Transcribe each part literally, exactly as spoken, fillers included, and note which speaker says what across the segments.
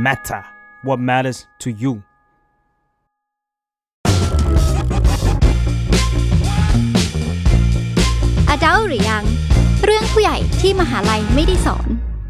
Speaker 1: matter what matters to you
Speaker 2: Adult หรือยังเรื่องผู้ใหญ่ที่มหาลัยไม่ได้สอน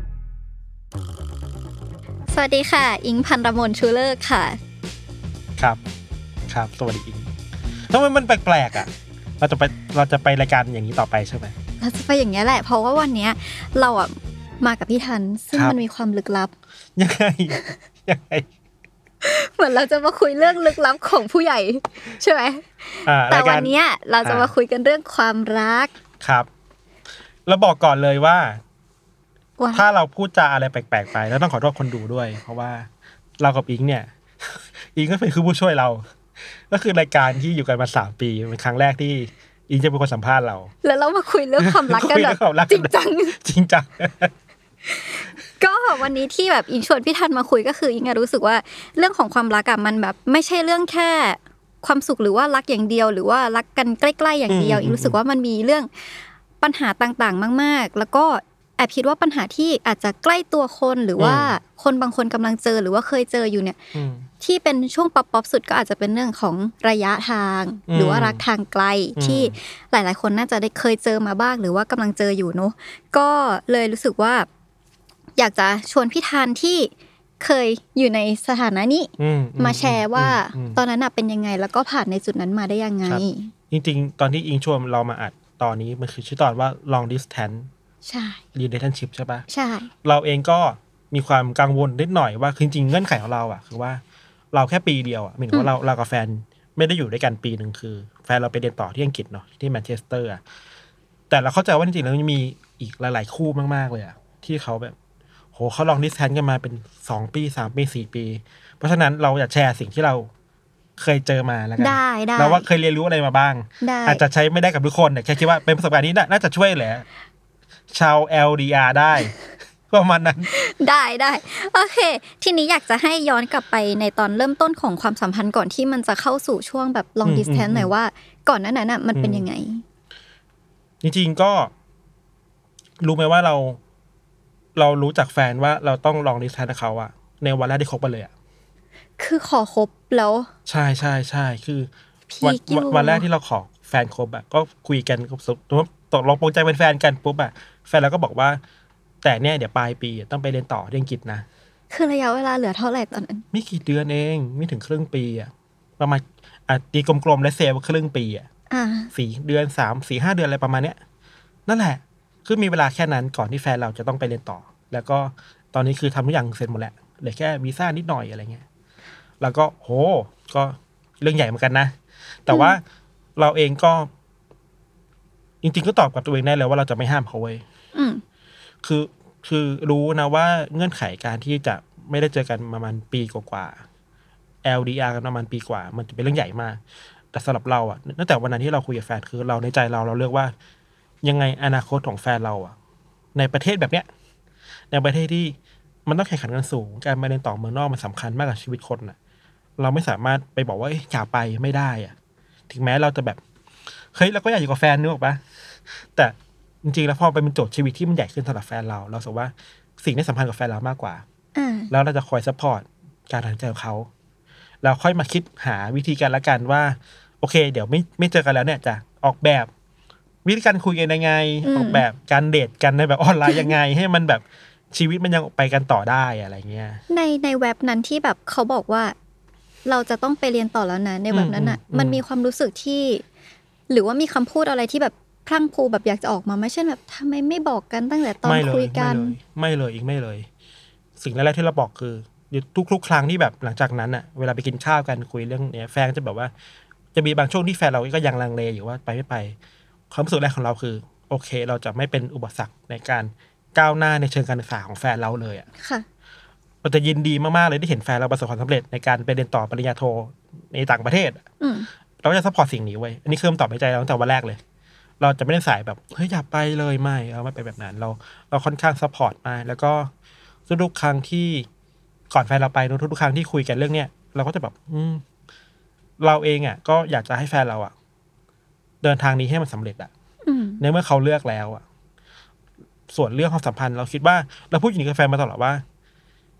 Speaker 2: สวัสดีค่ะอิงพันรมนชูเลิกค่ะ
Speaker 3: ครับครับสวัสดีอิงทำไมมันแปลกๆอ่ะเราจะไปเราจะไปรายการอย่างนี้ต่อไปใช่ไหม
Speaker 2: เราจะไปอย่างนี้แหละเพราะว่าวันนี้เราอ่ะมากับพี่ทันซึ่งมันมีความลึกลับ
Speaker 3: ยังไงยังไง
Speaker 2: เหมือนเราจะมาคุยเรื่องลึกลับของผู้ใหญ่ใช่ไหมแต่วันนี้เราจะมาคุยกันเรื่องความรัก
Speaker 3: ครับเราบอกก่อนเลยว่าถ้าเราพูดจาอะไรแปลกๆไปแล้วต้องขอโทษคนดูด้วยเพราะว่าเรากับอิงเนี่ยอิงก็เป็นคือผู้ช่วยเราก็คือรายการที่อยู่กันมาสามปีเป็นครั้งแรกที่อิงจะเป็นคนสัมภาษณ์เรา
Speaker 2: แล้วเรามาคุยเรื่องความรักกันแบบจริงจัง
Speaker 3: จริงจัง
Speaker 2: ก็วันนี้ที่แบบอิงชวนพี่ทันมาคุยก็คืออิงรู้สึกว่าเรื่องของความรักอ่ะมันแบบไม่ใช่เรื่องแค่ความสุขหรือว่ารักอย่างเดียวหรือว่ารักกันใกล้ๆอย่างเดียวอิงรู้สึกว่ามันมีเรื่องปัญหาต่างๆมากๆแล้วก็แอบคิดว่าปัญหาที่อาจจะใกล้ตัวคนหรือว่าคนบางคนกำลังเจอหรือว่าเคยเจออยู่เนี่ยที่เป็นช่วงป๊อปๆสุดก็อาจจะเป็นเรื่องของระยะทางหรือว่ารักทางไกลที่หลายๆคนน่าจะได้เคยเจอมาบ้างหรือว่ากำลังเจออยู่เนาะก็เลยรู้สึกว่าอยากจะชวนพี่ทันที่เคยอยู่ในสถานะนี้มาแชร์ว่าตอนนั้นน่ะเป็นยังไงแล้วก็ผ่านในจุดนั้นมาได้ยังไง
Speaker 3: จริงๆตอนที่อิงชวนเรามาอัดตอนนี้มันคือชื่อตอนว่า long distance
Speaker 2: ใช่
Speaker 3: relationship ใช่ปะ
Speaker 2: ใช่
Speaker 3: เราเองก็มีความกังวลนิดหน่อยว่าจริงๆเงื่อนไขของเราอ่ะคือว่าเราแค่ปีเดียวอ่ะหมายถึงว่าเราเรากับแฟนไม่ได้อยู่ด้วยกันปีนึงคือแฟนเราไปเรียนต่อที่อังกฤษเนาะที่แมนเชสเตอร์อ่ะแต่เราเข้าใจว่าจริงๆแล้วมันมีอีกหลายๆคู่มากๆเลยอ่ะที่เขาแบบโหเขาลองดิสแทนกันมาเป็นสองปีสามปีสี่ปีเพราะฉะนั้นเราอยากแชร์สิ่งที่เราเคยเจอมาแล้วกัน
Speaker 2: ได้ได้
Speaker 3: เราว่าเคยเรียนรู้อะไรมาบ้างอาจจะใช้ไม่ได้กับทุกคนแต่แค่คิดว่าเป็นประสบการณ์นี้น่าจะช่วยแหละชาว แอล ดี อาร์ ได้ประมาณนั้น
Speaker 2: ได้ได้โอเคทีนี้อยากจะให้ย้อนกลับไปในตอนเริ่มต้นของความสัมพันธ์ก่อนที่มันจะเข้าสู่ช่วงแบบ long distance หน่อยว่าก่อนหน้านั้นน่ะมันเป็นยังไง
Speaker 3: จริงๆก็รู้ไหมว่าเราเรารู้จักแฟนว่าเราต้อง long distance กับเขาอะในวันแรกที่คบกันเลยอะ
Speaker 2: คือขอคบแล้ว
Speaker 3: ใช่ใช่ใช่คือวันวันแรกที่เราขอแฟนคบอะก็คุยกันตกลงปรงใจเป็นแฟนกันปุ๊บอะแฟนเราก็บอกว่าแต่เนี่ยเดี๋ยวปลายปีต้องไปเรียนต่อที่อังกฤษนะ
Speaker 2: คือระยะเวลาเหลือเท่าไหร่ตอนนั้น
Speaker 3: ไม่กี่เดือนเองไม่ถึงครึ่งปีอะประมาณอ่ะตีกลมๆและเซลครึ่งปีอะสี่เดือนสามสี่ห้าเดือนอะไรประมาณเนี้ยนั่นแหละคือมีเวลาแค่นั้นก่อนที่แฟนเราจะต้องไปเรียนต่อแล้วก็ตอนนี้คือทำทุกอย่างเสร็จหมดแล้วเหลือแค่วีซ่านิดหน่อยอะไรเงี้ยแล้วก็โหก็เรื่องใหญ่เหมือนกันนะแต่ว่าเราเองก็จริงๆก็ตอบกับตัวเองได้แล้วว่าเราจะไม่ห้ามเขาเว้ยคือคือรู้นะว่าเงื่อนไขการที่จะไม่ได้เจอกันประมาณปีกว่าๆ แอล ดี อาร์ กันประมาณปีกว่ามันจะเป็นเรื่องใหญ่มากแต่สำหรับเราอ่ะตั้งแต่วันนั้นที่เราคุยกับแฟนคือเราในใจเราเราเลือกว่ายังไงอนาคตของแฟนเราอ่ะในประเทศแบบเนี้ยในประเทศที่มันต้องแข่งขันกันสูงการไปเรียนต่อเมืองนอกมันสำคัญมากกับชีวิตคนอ่ะเราไม่สามารถไปบอกว่าอย่าไปไม่ได้อ่ะถึงแม้เราจะแบบเฮ้ยเราก็อยากอยู่กับแฟนนึกออกปะแต่จริงๆแล้วพอไปเป็นโจทย์ชีวิตที่มันใหญ่ขึ้นสำหรับแฟนเราเราสึกว่าสิ่งที่สำคัญกับแฟนเรามากกว่าแล้วเราจะคอยซัพพอร์ตการตัดสินใจของเขาแล้วค่อยมาคิดหาวิธีการละกันว่าโอเคเดี๋ยวไม่ไม่เจอกันแล้วเนี่ยจะออกแบบวิธีการคุยกันยังไงออกแบบการเดทกันในแบบออนไลน์ยังไงให้มันแบบชีวิตมันยังไปกันต่อได้อะไรเงี้ย
Speaker 2: ในในเว็บนั้นที่แบบเขาบอกว่าเราจะต้องไปเรียนต่อแล้วนะในเว็บนั้นอ่ะมันมีความรู้สึกที่หรือว่ามีคำพูดอะไรที่แบบพลั่งพรูแบบอยากจะออกมาไม่ใช่แบบทำไมไม่บอกกันตั้งแต่ตอนคุยกัน
Speaker 3: ไม่เลยอีกไม่เลยสิ่งแรกๆที่เราบอกคือทุกๆครั้งที่แบบหลังจากนั้นอ่ะเวลาไปกินข้าวกันคุยเรื่องเนี้ยแฟนจะแบบว่าจะมีบางช่วงที่แฟนเราก็ยังลังเลอยู่ว่าไปไม่ไปความรู้สึกแรกของเราคือโอเคเราจะไม่เป็นอุปสรรคในการก้าวหน้าในเชิงการศึกษาของแฟนเราเลยอ่ะ
Speaker 2: ค่ะ
Speaker 3: เราจะยินดีมากๆเลยที่เห็นแฟนเราประสบความสำเร็จในการไปเรียนต่อปริญญาโทในต่างประเทศเราจะซัพพอร์ตสิ่งนี้ไว้อันนี้คือคำตอบในใจเราตั้งแต่วันแรกเลยเราจะไม่ได้สายแบบเฮ้ยอย่าไปเลยไม่เราไม่ไปแบบนั้นเราเราค่อนข้างซัพพอร์ตมาแล้วก็ทุกๆครั้งที่ก่อนแฟนเราไปทุกๆครั้งที่คุยกันเรื่องเนี้ยเราก็จะแบบอืมเราเองอ่ะก็อยากจะให้แฟนเราอ่ะเดินทางนี้ให้มันสำเร็จอ่ะในเมื่อเขาเลือกแล้วอ่ะส่วนเรื่องความสัมพันธ์เราคิดว่าเราพูดอย่างนี้กับแฟนมาตลอดว่า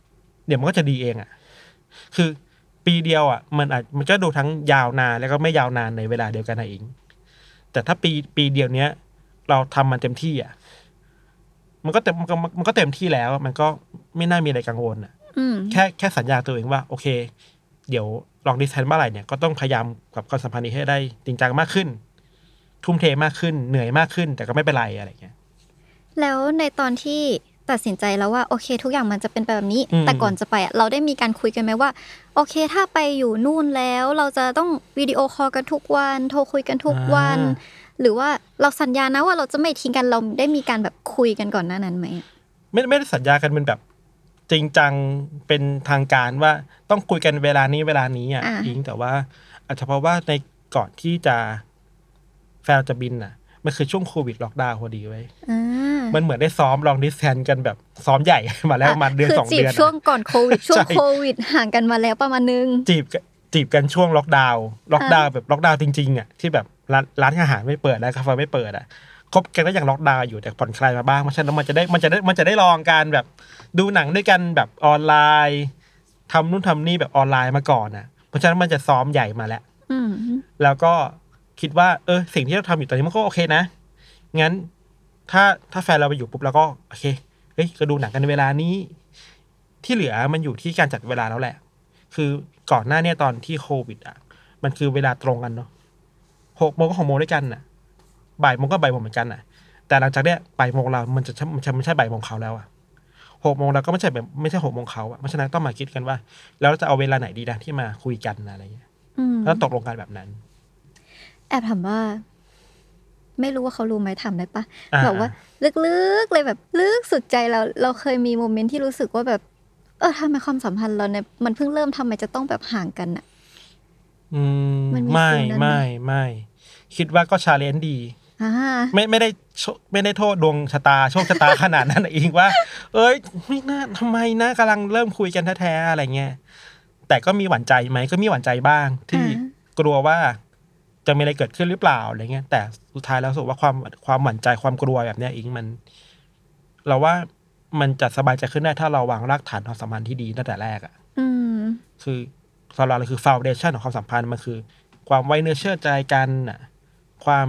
Speaker 3: เดี๋ยวมันก็จะดีเองอ่ะคือปีเดียวอ่ะมันอาจมันก็ดูทั้งยาวนานแล้วก็ไม่ยาวนานในเวลาเดียวกันนะเองแต่ถ้าปีปีเดียวเนี้ยเราทำมันเต็มที่อ่ะมันก็เต็มมันก็มันก็เต็มที่แล้วมันก็ไม่น่ามีอะไรกังวลอ่ะแค่แค่สัญญาตัวเองว่าโอเคเดี๋ยวลองดิสแทนเมื่อไหร่เนี่ยก็ต้องพยายามกับความสัมพันธ์นี้ให้ได้จริงจังมากขึ้นทุ่มเทมากขึ้นเหนื่อยมากขึ้นแต่ก็ไม่เป็นไรอะไรเงี้ย
Speaker 2: แล้วในตอนที่ตัดสินใจแล้วว่าโอเคทุกอย่างมันจะเป็นแบบนี้แต่ก่อนจะไปเราได้มีการคุยกันไหมว่าโอเคถ้าไปอยู่นู่นแล้วเราจะต้องวิดีโอคอลกันทุกวันโทรคุยกันทุกวันหรือว่าเราสัญญานะว่าเราจะไม่ทิ้งกันเราได้มีการแบบคุยกันก่อนหน้านั้นไหม
Speaker 3: ไม่ไม่ได้สัญญากันเป็นแบบจริงจังเป็นทางการว่าต้องคุยกันเวลานี้เวลานี้อ่ะอิงแต่ว่าอาจจะเพราะว่าในก่อนที่จะแฟนจะบินอ่ะมันคือช่วงโควิดล็อกดาวน์พอดีไว้มันเหมือนได้ซ้อมลองดิสแทนกันแบบซ้อมใหญ่มาแล้วประมาณเดือนสองเดือน
Speaker 2: คือจีบช่วงก่อนโควิดช่วงโควิดห่างกันมาแล้วประมาณนึง
Speaker 3: จีบจีบกันช่วงล็อกดาวน์ล็อกดาวน์แบบล็อกดาวน์จริงๆอ่ะที่แบบร้านร้านอาหารไม่เปิดแล้วคาเฟ่ไม่เปิดอ่ะคบกันก็ยังล็อกดาวน์อยู่แต่ผ่อนคลายมาบ้างเพราะฉะนั้นมันจะได้มันจะได้มันจะได้ลองการแบบดูหนังด้วยกันแบบออนไลน์ทำนู่นทำนี่แบบออนไลน์มาก่อนอ่ะเพราะฉะนั้นมันจะซ้อมใหญ่มาแล้วแล้วก็คิดว่าเออสิ่งที่เราทำอยู่ตอนนี้มันก็โอเคนะงั้นถ้าถ้าแฟนเราไปอยู่ปุ๊บเราก็โอเคเฮ้ยก็ดูหนังกันในเวลานี้ที่เหลือมันอยู่ที่การจัดเวลาแล้วแหละคือก่อนหน้าเนี่ยตอนที่โควิดอ่ะมันคือเวลาตรงกันเนาะหกโมงก็หกโมงด้วยกันน่ะบ่ายโมงก็บ่ายโมงเหมือนกันน่ะแต่หลังจากเนี้ยบ่ายโมงเรามันจะมันจะไม่ใช่บ่ายโมงเขาแล้วอ่ะหกโมงเราก็ไม่ใช่แบบไม่ใช่หกโมงเขาอ่ะเพราะฉะนั้นต้องมาคิดกันว่าแล้วเราจะเอาเวลาไหนดีนะที่มาคุยกันอะไรเงี้ยแล้วตกลงกันแบบนั้น
Speaker 2: แอบถามว่าไม่รู้ว่าเขารู้ไหมถามได้ปะแบบว่าลึกๆเลยแบบลึกสุดใจเราเราเคยมีโมเมนต์ที่รู้สึกว่าแบบเออทำไมความสัมพันธ์เราเนี่ยมันเพิ่งเริ่มทำไมจะต้องแบบห่างกันอ่ะ
Speaker 3: อืมไม่ไม่ไม่คิดว่าก็ชาเลนจ์ดีไม่ไม่ได้ไม่ได้โทษดวงชะตาโชคชะตาขนาดนั้นเองว่าเอ้ยไม่น่าทำไมนะกำลังเริ่มคุยกันแท้ๆอะไรเงี้ยแต่ก็มีหวั่นใจไหมก็มีหวั่นใจบ้างที่กลัวว่าจะมีอะไรเกิดขึ้นหรือเปล่าอะไรเงี้ยแต่สุดท้ายแล้วรู้สึกว่าความความหวั่นใจความกลัวแบบเนี้ยอิงมันเราว่ามันจะสบายใจขึ้นได้ถ้าเราวางรากฐานความสัมพันธ์ที่ดีตั้งแต่แรกอ่ะคือสำหรับเราคือ foundation ของความสัมพันธ์มันคือความไว้เนื้อเชื่อใจกันน่ะความ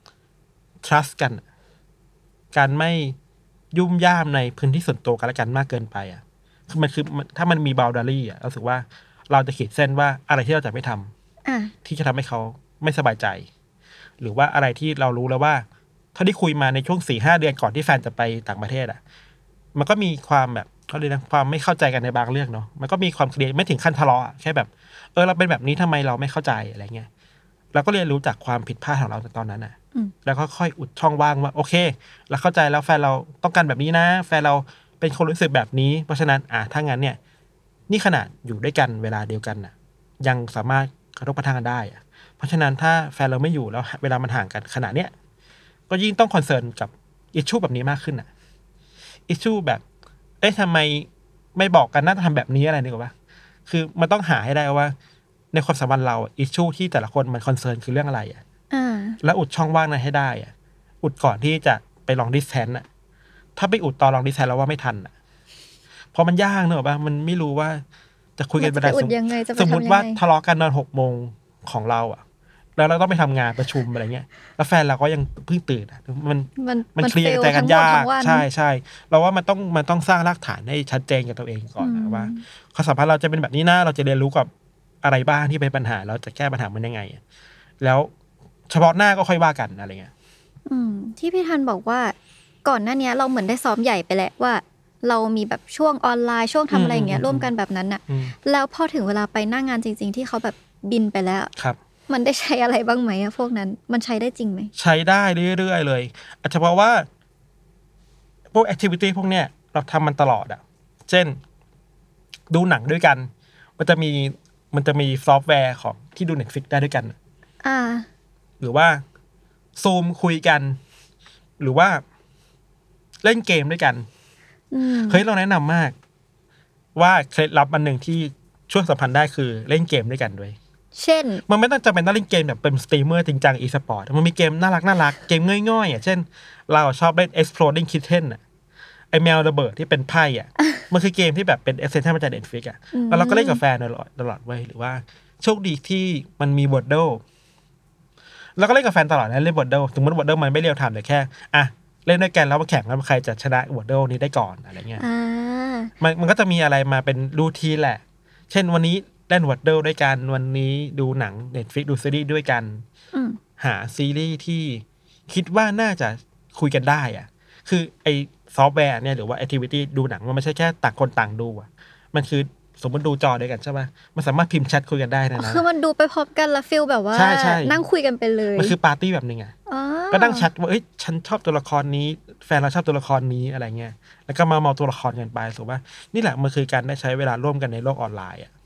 Speaker 3: trust กันการไม่ยุ่มย่ามในพื้นที่ส่วนตัวกันและกันมากเกินไปอ่ะคือมันคือถ้ามันมี boundary อ่ะรู้สึกว่าเราจะขีดเส้นว่าอะไรที่เราจะไม่ทำที่จะทำให้เขาไม่สบายใจหรือว่าอะไรที่เรารู้แล้วว่าถ้าที่คุยมาในช่วงสี่ห้าเดือนก่อนที่แฟนจะไปต่างประเทศอ่ะมันก็มีความแบบเขาเรียกนะความไม่เข้าใจกันในบางเรื่องเนาะมันก็มีความเคลียร์ไม่ถึงขั้นทะเลาะแค่แบบเออเราเป็นแบบนี้ทำไมเราไม่เข้าใจอะไรเงี้ยเราก็เรียนรู้จากความผิดพลาดของเราในตอนนั้นอ่ะแล้วก็ค่อยอุดช่องว่างว่าโอเคเราเข้าใจแล้วแฟนเราต้องการแบบนี้นะแฟนเราเป็นคนรู้สึกแบบนี้เพราะฉะนั้นอ่ะถ้างั้นเนี่ยนี่ขนาดอยู่ด้วยกันเวลาเดียวกันน่ะยังสามารถกระทบกระทั่งกันได้อ่ะเพราะฉะนั้นถ้าแฟนเราไม่อยู่แล้วเวลามันห่างกันขนาดเนี้ยก็ยิ่งต้องคอนเซิร์นกับอิชชูแบบนี้มากขึ้นอ่ะอิชชูแบบเอ๊ะทำไมไม่บอกกันน่าจะทำแบบนี้อะไรนี่กว่าคือมันต้องหาให้ได้ว่าในความสัมพันธ์เราอิชชูที่แต่ละคนมันคอนเซิร์นคือเรื่องอะไรอ่ะแล้วอุดช่องว่างนั้นให้ได้อ่ะอุดก่อนที่จะไปลองดิสแทนอ่ะถ้าไปอุดตอนลองดิสแทนแล้วว่าไม่ทันอ่ะเพราะมันยากเนอะป่ะมันไม่รู้ว่าจะคุยกันไปได้สมมติว่าทะเลาะกันตอนหกโมงของเราอ่ะแล้วเราต้องไปทำงานประชุมอะไรเงี้ยแล้วแฟนเราก็ยังเพิ่งตื่นอ่ะมันมันเคลียร์ใจกันยากใช่ใช่เราว่ามันต้องมันต้องสร้างรากฐานให้ชัดเจนกับตัวเองก่อนนะว่าความสัมพันธ์เราจะเป็นแบบนี้นะเราจะเรียนรู้กับอะไรบ้างที่เป็นปัญหาเราจะแก้ปัญหามันยังไงแล้วเฉพาะหน้าก็ค่อยว่ากันอะไรเงี้ย
Speaker 2: อืมที่พี่ธันบอกว่าก่อนหน้านี้เราเหมือนได้ซ้อมใหญ่ไปแล้วว่าเรามีแบบช่วงออนไลน์ช่วงทำอะไรอย่างเงี้ยร่วมกันแบบนั้นน่ะแล้วพอถึงเวลาไปหน้างานจริงๆที่เขาแบบบินไปแล้ว
Speaker 3: ครับ
Speaker 2: มันได้ใช้อะไรบ้างไหมอะพวกนั้นมันใช้ได้จริงไหม
Speaker 3: ใช้ได้เรื่อยๆเลยอาจจะเพราะว่าพวกแอคทิวิตี้พวกเนี้ยเราทำมันตลอดอ่ะเช่นดูหนังด้วยกันมันจะมีมันจะมีซอฟต์แวร์ของที่ดู Netflix ได้ด้วยกัน
Speaker 2: อ่า
Speaker 3: หรือว่าซูมคุยกันหรือว่าเล่นเกมด้วยกันเฮ้ยเราแนะนำมากว่าเคล็ดลับอันหนึ่งที่ช่วยสัมพันธ์ได้คือเล่นเกมด้วยกันด้วย
Speaker 2: เช่น
Speaker 3: มันไม่ต้องจำเป็นต้องเล่นเกมแบบเป็นสตรีมเมอร์จริงจังอีสปอร์ตมันมีเกมน่ารักน่ารักเกมง่อยๆอ่ะเช่นเราชอบเล่น Exploding Kitten อ่ะไอแมวระเบิดที่เป็นไพ่อ่ะ มันคือเกมที่แบบเป็นเอเซนชั่นมาจาก Netflix อ่ะแล้วเราก็เล่นกับแฟนตลอดตลอดไว้หรือว่าโชคดีที่มันมีบอร์ดเดิลแล้วก็เล่นกับแฟนตลอดนะเล่นบอร์ดเดิลสมมติบอร์ดเดิลมันไม่เรียวไทม์แต่แค่อ่ะเล่นด้วยกันแล้วมาแข่งแล้วใครจะชนะบอร์ดเดิลนี้ได้ก่อนอะไรเงี้ยมันมันก็จะมีอะไรมาเป็นรูทีนแหละเช่นวันนี้เล่นบอร์ดเดิลด้วยกันวันนี้ดูหนัง Netflix ดูซีรีส์ด้วยกันหาซีรีส์ที่คิดว่าน่าจะคุยกันได้อ่ะคือไอซอฟต์แวร์เนี่ยหรือว่าแอคทิวิตี้ดูหนังมันไม่ใช่แค่ต่างคนต่างดูอ่ะมันคือสมมติดูจอด้วยกันใช่ไหมมันสามารถพิมพ์แชทคุยกันได้นะนะ
Speaker 2: คือมันดูไปพร้อมกันแล้วฟีลแบบว่านั่งคุยกันไปเลย
Speaker 3: มันคือปาร์ตี้แบบนึงอ่ะก็นั่งแชทว่าเอ้ยฉันชอบตัวละครนี้แฟนเราชอบตัวละครนี้อะไรเงี้ยแล้วก็มาเมาตัวละครกันไปถูกป่ะนี่แหละมันคือการได้ใช้เวลาร่วมกันในโลกออนไลน์อ่ะ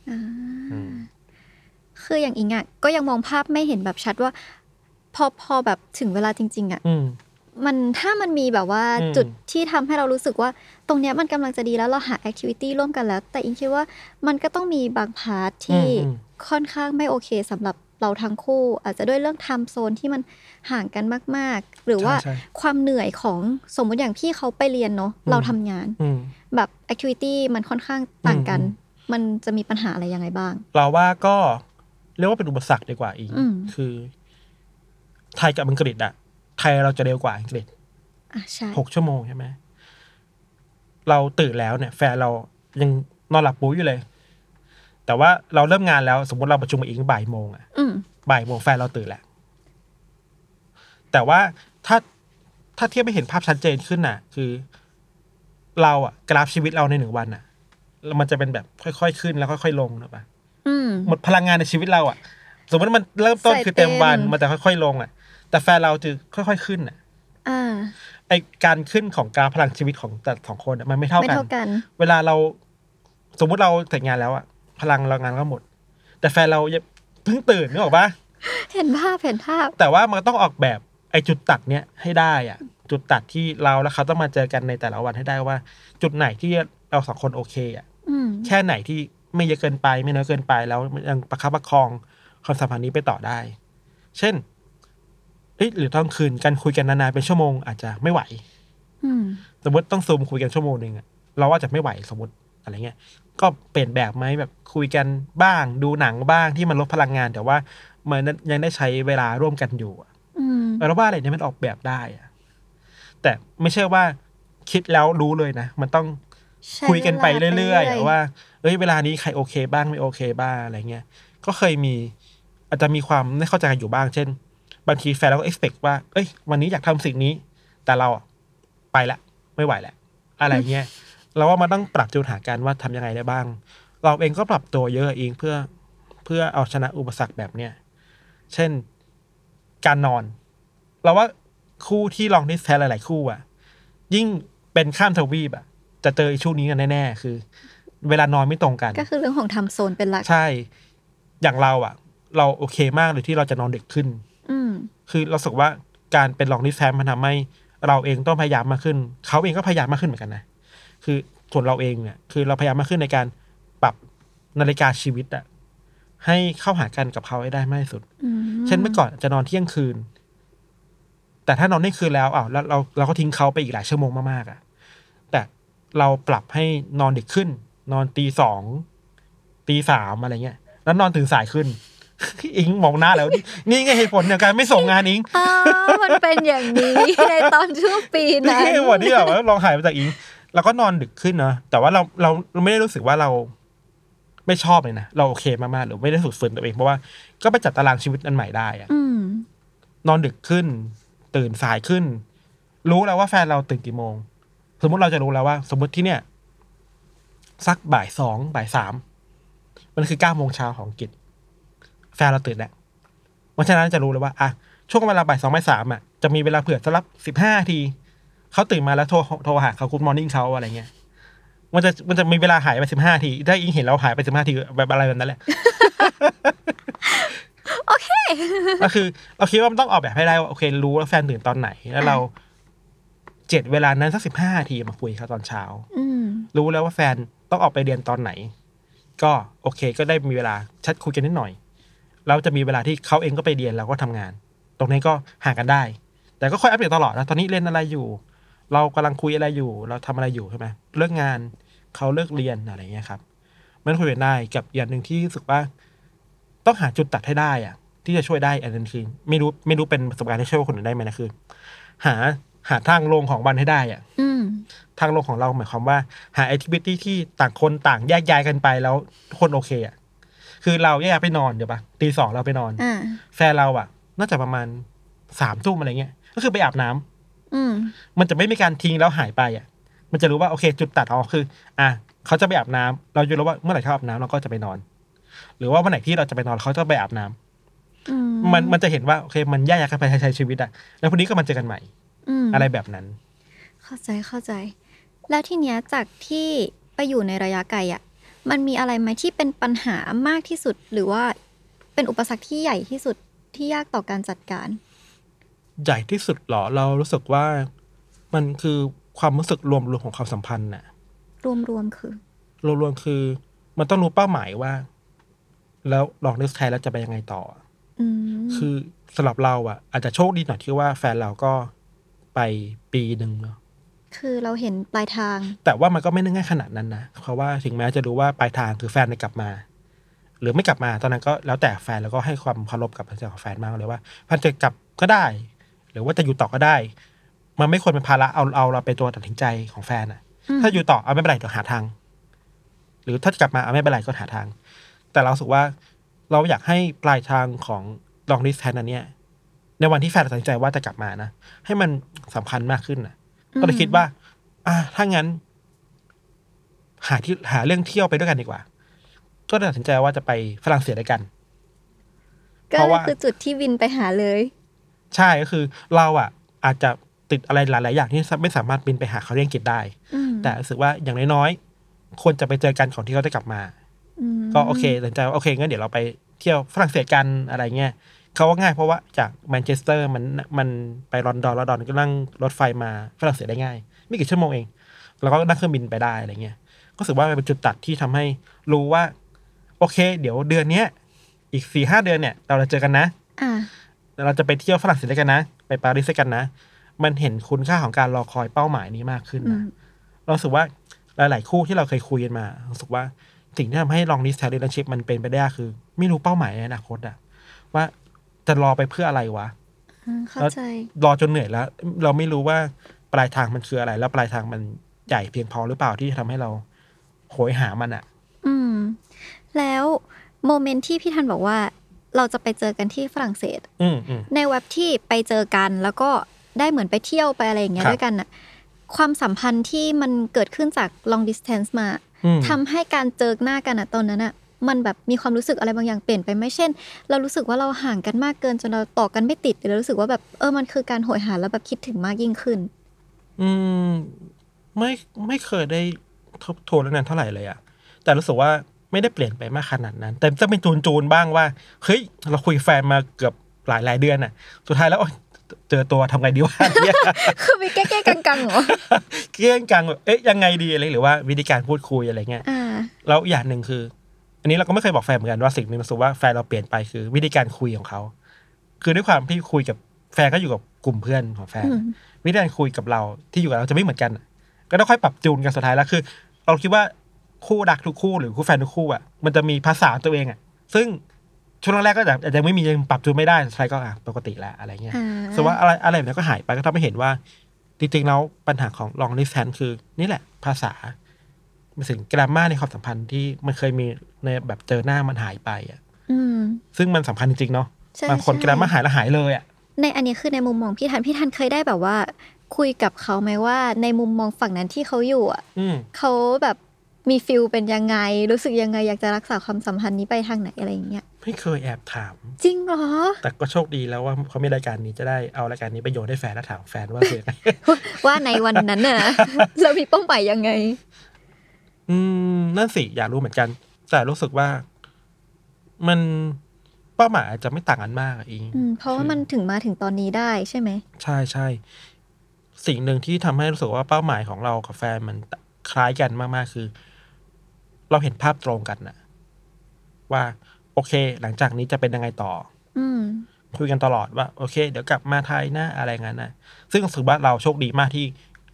Speaker 2: คืออย่างอิงอ่ะก็ยังมองภาพไม่เห็นแบบชัดว่าพอพอแบบถึงเวลาจริงๆอ่ะมันถ้ามันมีแบบว่าจุดที่ทำให้เรารู้สึกว่าตรงเนี้ยมันกำลังจะดีแล้วเราหาแอคทิวิตี้ร่วมกันแล้วแต่อิงคิดว่ามันก็ต้องมีบางพาร์ทที่ค่อนข้างไม่โอเคสำหรับเราทั้งคู่อาจจะด้วยเรื่องไทม์โซนที่มันห่างกันมากๆหรือว่าความเหนื่อยของสมมติอย่างพี่เขาไปเรียนเนาะเราทำงานแบบแอคทิวิตี้มันค่อนข้างต่างกันมันจะมีปัญหาอะไรยังไงบ้าง
Speaker 3: เราว่าก็เรียกว่าเป็นอุปสรรคดีกว่าอีกคือไทยกับอังกฤษอะไทยเราจะเร็วกว่าอังกฤษหกชั่วโมงใช่ไหมเราตื่นแล้วเนี่ยแฟนเรายังนอนหลับปุ๋ยอยู่เลยแต่ว่าเราเริ่มงานแล้วสมมติเราประชุมอีกบ่ายโมงอะบ่ายโมงแฟนเราตื่นแล้วแต่ว่าถ้าถ้าเทียบไม่เห็นภาพชัดเจนขึ้นน่ะคือเราอะกราฟชีวิตเราในหนึ่งวันอะมันจะเป็นแบบค่อยๆขึ้นแล้วค่อยๆลงนะป่ะหมดพลังงานในชีวิตเราอะสมมติมันเริ่มต้นคือเต็มวันมันจะค่อยๆลงอะแต่แฟนเราจะค่อยๆขึ้นอ่ะไอการขึ้นของกราฟพลังชีวิตของแต่สองคนมันไม่เท่ากันเวลาเราสมมุติเราแต่งงานแล้วอ่ะพลังเรางานก็หมดแต่แฟนเราเพิ่งตื่นนึกออกปะ
Speaker 2: เห็นภาพเห็นภาพ
Speaker 3: แต่ว่ามันต้องออกแบบไอจุดตัดเนี้ยให้ได้อ่ะจุดตัดที่เราและเขาต้องมาเจอกันในแต่ละวันให้ได้ว่าจุดไหนที่เราสองคนโอเคอ่ะแค่ไหนที่ไม่เยอะเกินไปไม่น้อยเกินไปแล้วยังประคับประคองความสัมพันธ์นี้ไปต่อได้เช่นหรือตอนคืนการคุยกันนานๆเป็นชั่วโมงอาจจะไม่ไหวสมมติต้องซูมคุยกันชั่วโมงนึงเราว่าจะไม่ไหวสมมติอะไรเงี้ยก็เปลี่ยนแบบไหมแบบคุยกันบ้างดูหนังบ้างที่มันลดพลังงานแต่ว่ามันยังได้ใช้เวลาร่วมกันอยู่เราว่าอะไรเนี่ยมันออกแบบได้อะแต่ไม่ใช่ว่าคิดแล้วรู้เลยนะมันต้องคุยกันไปเรื่อยๆว่าเอ้ยเวลานี้ใครโอเคบ้างไม่โอเคบ้างอะไรเงี้ยก็เคยมีอาจจะมีความไม่เข้าใจกันอยู่บ้างเช่นบางทีแฟนเราก็ expect ว่าเอ้ยวันนี้อยากทำสิ่งนี้แต่เราไปละไม่ไหวแล้วอะไรเงี้ยเราว่ามันต้องปรับจูนหากันว่าทำยังไงได้บ้างเราเองก็ปรับตัวเยอะเองเพื่อเพื่อเอาชนะอุปสรรคแบบเนี้ยเช่นการนอนเราว่าคู่ที่ลองดิสแทนหลายๆคู่อ่ะยิ่งเป็นข้ามทวีปอ่ะจะเจอช่วงนี้กันแน่ๆคือเวลานอนไม่ตรงกัน
Speaker 2: ก็คือเรื่องของไทม์โซนเป็นหลัก
Speaker 3: ใช่อย่างเราอ่ะเราโอเคมากเลยที่เราจะนอนดึกขึ้นคือเราสึกว่าการเป็นลองดิสแทนมันทำให้เราเองต้องพยายามมากขึ้นเขาเองก็พยายามมากขึ้นเหมือนกันนะคือส่วนเราเองเนี่ยคือเราพยายามมากขึ้นในการปรับนาฬิกาชีวิตอะให้เข้าหากันกับเขาให้ได้มากที่สุดเช่นเมื่อก่อนจะนอนเที่ยงคืนแต่ถ้านอนเที่ยงคืนแล้วอ้าวแล้วเราเราก็ทิ้งเขาไปอีกหลายชั่วโมงมากๆอะแต่เราปรับให้นอนดึกขึ้นนอนตีสองตีสามอะไรเงี้ยแล้วนอนตื่นสายขึ้นอิงมองหน้าแล้วนี่ไงเหตุผลในการไม่ส่งงานอิง
Speaker 2: อ๋อมันเป็นอย่างนี้ในตอนช่วงปีนั้น
Speaker 3: นี่วันที่แบบว่าลองหายไปจากอิงเราก็นอนดึกขึ้นเนาะแต่ว่าเราเราเราไม่ได้รู้สึกว่าเราไม่ชอบเลยนะเราโอเคมากๆหรือไม่ได้ฝึกฝนตัวเองเพราะว่าก็ไปจัดตารางชีวิตอันใหม่ได้อะนอนดึกขึ้นตื่นสายขึ้นรู้แล้วว่าแฟนเราตื่นกี่โมงสมมติเราจะรู้แล้วว่าสมมติที่เนี่ยสักบ่ายสองบ่ายสามมันคือเก้าโมงเช้าของกิจแฟนเราตื่นแล้วเพราะฉะนั้นจะรู้เลยว่าอ่ะช่วงเวลาบ่ายสองบ่ายสามอ่ะจะมีเวลาเผื่อสำหรับสิบห้านาทีเขาตื่นมาแล้วโทรโทรหาเขากู๊ดมอร์นิ่งเขาอะไรเงี้ยมันจะมันจะมีเวลาหายไปสิบห้านาทีถ้าอิงเห็นเราหายไปสิบห้านาทีแบบอะไรแบบนั้นแหละ
Speaker 2: โอเค
Speaker 3: ก็คือเราคิดว่ามันต้องออกแบบให้ได้ว่าโอเครู้ว่าแฟนตื่นตอนไหนแล้วเราเจ็ดเวลานั้นสักสิบห้านาทีมาคุยเขาตอนเช้ารู้แล้วว่าแฟนต้องออกไปเรียนตอนไหนก็โอเคก็ได้มีเวลาแชทคุยกันนิดหน่อยเราจะมีเวลาที่เขาเองก็ไปเรียนเราก็ทำงานตรงนี้ก็ห่างกันได้แต่ก็ค่อยอัปเดตตลอดนะตอนนี้เล่นอะไรอยู่เรากำลังคุยอะไรอยู่เราทำอะไรอยู่ใช่ไหมเลิกงานเขาเลิกเรียนอะไรเงี้ยครับมันคุยกันได้กับอย่างหนึ่งที่รู้สึกว่าต้องหาจุดตัดให้ได้อ่ะที่จะช่วยได้อันนั้นคือไม่รู้ไม่รู้เป็นประสบการณ์ที่ช่วยคนอื่นได้ไหมนะคือหาหาทางลงของวันให้ได้อ่ะทางลงของเราหมายความว่าหาแอคทิวิตี้ที่ต่างคนต่างแยกย้ายกันไปแล้วทุกคนโอเคอ่ะคือเราแยกไปนอนเดี๋ยวปะตีสองเราไปนอนแฟนเราอ่ะน่าจะประมาณสามทุ่มอะไรเงี้ยก็คือไปอาบน้ำมันจะไม่มีการทิ้งแล้วหายไปอ่ะมันจะรู้ว่าโอเคจุดตัดอ๋อคืออ่ะเขาจะไปอาบน้ำเราจะรู้ว่าเมื่อไหร่เขาอาบน้ำเราก็จะไปนอนหรือว่าวันไหนที่เราจะไปนอนเขาจะไปอาบน้ำมันมันจะเห็นว่าโอเคมันแยกย้ายกันไปใช้ชีวิตอ่ะแล้วพรุ่งนี้ก็มาเจอกันใหม่อะไรแบบนั้น
Speaker 2: เข้าใจเข้าใจแล้วทีเนี้ยจากที่ไปอยู่ในระยะไกลอ่ะมันมีอะไรไหมที่เป็นปัญหามากที่สุดหรือว่าเป็นอุปสรรคที่ใหญ่ที่สุดที่ยากต่อการจัดการ
Speaker 3: ใหญ่ที่สุดหรอเรารู้สึกว่ามันคือความรู้สึกรวมรวมของความสัมพันธ์น่ะ
Speaker 2: รวมรวมคือ
Speaker 3: รวมรวมคือมันต้องรู้เป้าหมายว่าแล้วลองนึกแทนแล้วจะไปยังไงต่อคือสำหรับเราอ่ะอาจจะโชคดีหน่อยที่ว่าแฟนเราก็ไปปีหนึ่งเนาะ
Speaker 2: คือเราเห็นปลายทาง
Speaker 3: แต่ว่ามันก็ไม่ได้ง่ายขนาดนั้นนะเพราะว่าถึงแม้จะรู้ว่าปลายทางคือแฟนจะกลับมาหรือไม่กลับมาตอนนั้นก็แล้วแต่แฟนแล้วก็ให้ความเคารพกับตัดสินใจของแฟนมากเลยว่าพันจะกลับก็ได้หรือว่าจะอยู่ต่อก็ได้มันไม่ควรเป็นภาระเอาเอาเราเป็นตัวตัดสินใจของแฟนอ่ะถ้าอยู่ต่อเอาไม่เป็นไรเดี๋ยวหาทางหรือถ้าจะกลับมาเอาไม่เป็นไรก็หาทางแต่เราสึกว่าเราอยากให้ปลายทางของลองดิสแทนอันเนี้ยในวันที่แฟนตัดสินใจว่าจะกลับมานะให้มันสำคัญมากขึ้นนะก็เลยคิดว่าอ่ะถ้างั้นหาที่หาเรื่องเที่ยวไปด้วยกันดีกว่าก็ตัดสินใจว่าจะไปฝรั่งเศสด้วยกัน
Speaker 2: ก็คือจุดที่บินไปหาเลย
Speaker 3: ใช่ก็คือเราอ่ะอาจจะติดอะไรหลายๆอย่างที่ไม่สามารถบินไปหาเขาที่อังกฤษได้แต่รู้สึกว่าอย่างน้อยๆควรจะไปเจอกันก่อนที่เขาจะกลับมาก็โอเคตัดสินใจว่าโอเคงั้นเดี๋ยวเราไปเที่ยวฝรั่งเศสกันอะไรเงี้ยเขาว่าง่ายเพราะว่าจากแมนเชสเตอร์มันมันไปลอนดอนแล้วลอนดอนก็นั่งรถไฟมาฝรั่งเศสได้ง่ายไม่กี่ชั่วโมงเองแล้วก็นั่งเครื่องบินไปได้อะไรเงี้ยก็รู้สึกว่าเป็นจุดตัดที่ทำให้รู้ว่าโอเคเดี๋ยวเดือนเนี้ยอีกสี่ห้าเดือนเนี่ยเราจะเจอกันนะเราจะไปเที่ยวฝรั่งเศสด้วยกันนะไปปารีสด้วยกันนะมันเห็นคุณค่าของการรอคอยเป้าหมายนี้มากขึ้นนะเราสึกว่าหลายๆคู่ที่เราเคยคุยกันมารู้สึกว่าสิ่งที่ทำให้ long distance relationship มันเป็นไปได้คือไม่รู้เป้าหมายในอนาคตอะว่าจะรอไปเพื่ออะไรวะ
Speaker 2: เข้าใจ
Speaker 3: รอจนเหนื่อยแล้วเราไม่รู้ว่าปลายทางมันคืออะไรแล้วปลายทางมันใหญ่เพียงพอหรือเปล่าที่จะทำให้เราโหยหามันอะ
Speaker 2: อืมแล้วโมเมนต์ที่พี่ทันบอกว่าเราจะไปเจอกันที่ฝรั่งเศสในเว็บที่ไปเจอกันแล้วก็ได้เหมือนไปเที่ยวไปอะไรอย่างเงี้ยด้วยกันน่ะความสัมพันธ์ที่มันเกิดขึ้นจาก long distance มาทำให้การเจอหน้ากันอ่ะตอนนั้นอ่ะมันแบบมีความรู้สึกอะไรบางอย่างเปลี่ยนไปไหมเช่นเรารู้สึกว่าเราห่างกันมากเกินจนเราต่อกันไม่ติดหรือเรารู้สึกว่าแบบเออมันคือการโหยหาแล้วแบบคิดถึงมากยิ่งขึ้น
Speaker 3: อืมไม่ไม่เคยได้ทบทวนเรื่องนั้นเท่าไหร่เลยอ่ะแต่รู้สึกว่าไม่ได้เปลี่ยนไปมากขนาดนั้นแต่จะเป็นจูนๆบ้างว่าเฮ้ยเราคุยแฟนมาเกือบหลายหลายเดือนอ่ะสุดท้ายแล้วเจอตัวทำไงดีวะเนี่ย
Speaker 2: คือมีแก้ๆกังๆเหรอ
Speaker 3: แก้กังเอ๊ะยังไงดีอะไรหรือว่าวิธีการพูดคุยอะไรเงี้ยแล้วอย่างหนึ่งคืออันนี้เราก็ไม่เคยบอกแฟนเหมือนกันว่าสิ่งนึงรู้สึกว่าแฟนเราเปลี่ยนไปคือวิธีการคุยของเขาคือด้วยความที่คุยกับแฟนก็อยู่กับกลุ่มเพื่อนของแฟนวิธีการคุยกับเราที่อยู่กับเราจะไม่เหมือนกันก็ต้องค่อยปรับจูนกันสุดท้ายแล้วคือเราคิดว่าคู่รักทุกคู่หรือคู่แฟนทุกคู่อ่ะมันจะมีภาษาตัวเองอ่ะซึ่งช่วงแรกก็อาจจะไม่มียังปรับจูนไม่ได้สุดท้ายก็อ่ะปกติแล้วอะไรเงี้ยส่วนว่าอะไรอะไรแบบนี้ก็หายไปก็ทำให้เห็นว่าจริงๆแล้วปัญหาของ long distance คือนี่แหละภาษาเป็นสิ่งกราฟมาในความสัมพันธ์ที่มันเคยมีในแบบเจอหน้ามันหายไปอ่ะซึ่งมันสำคัญจริงๆเนาะบางคนกราฟมาหายแล้วหายเลยอ่ะ
Speaker 2: ในอันนี้คือในมุมมองพี่ทันพี่ทันเคยได้แบบว่าคุยกับเขาไหมว่าในมุมมองฝั่งนั้นที่เขาอยู่อ่ะเขาแบบมีฟิลเป็นยังไงรู้สึกยังไงอยากจะรักษาความสัมพันธ์นี้ไปทางไหนอะไรอย่างเงี้ย
Speaker 3: ไม่เคยแอบถาม
Speaker 2: จริงเหรอ
Speaker 3: แต่ก็โชคดีแล้วว่าเขามีรายการนี้จะได้เอารายการนี้ไปโยนให้แฟนแล้วถามแฟนว่าคือไง
Speaker 2: ว่าในวันนั้นน่ะเรามีเป้าหมายยังไง
Speaker 3: อืมนั่นสิอยากรู้เหมือนกันแต่รู้สึกว่ามันเป้าหมายอาจจะไม่ต่างกันมากอิง
Speaker 2: เพราะว่ามันถึงมาถึงตอนนี้ได้ใช่ไหม
Speaker 3: ใช่ใช่สิ่งหนึ่งที่ทำให้รู้สึกว่าเป้าหมายของเรากับแฟนมันคล้ายกันมากๆคือเราเห็นภาพตรงกันนะว่าโอเคหลังจากนี้จะเป็นยังไงต่อคุยกันตลอดว่าโอเคเดี๋ยวกลับมาไทยนะอะไรงั้นนะซึ่งรู้สึกว่าเราโชคดีมากที่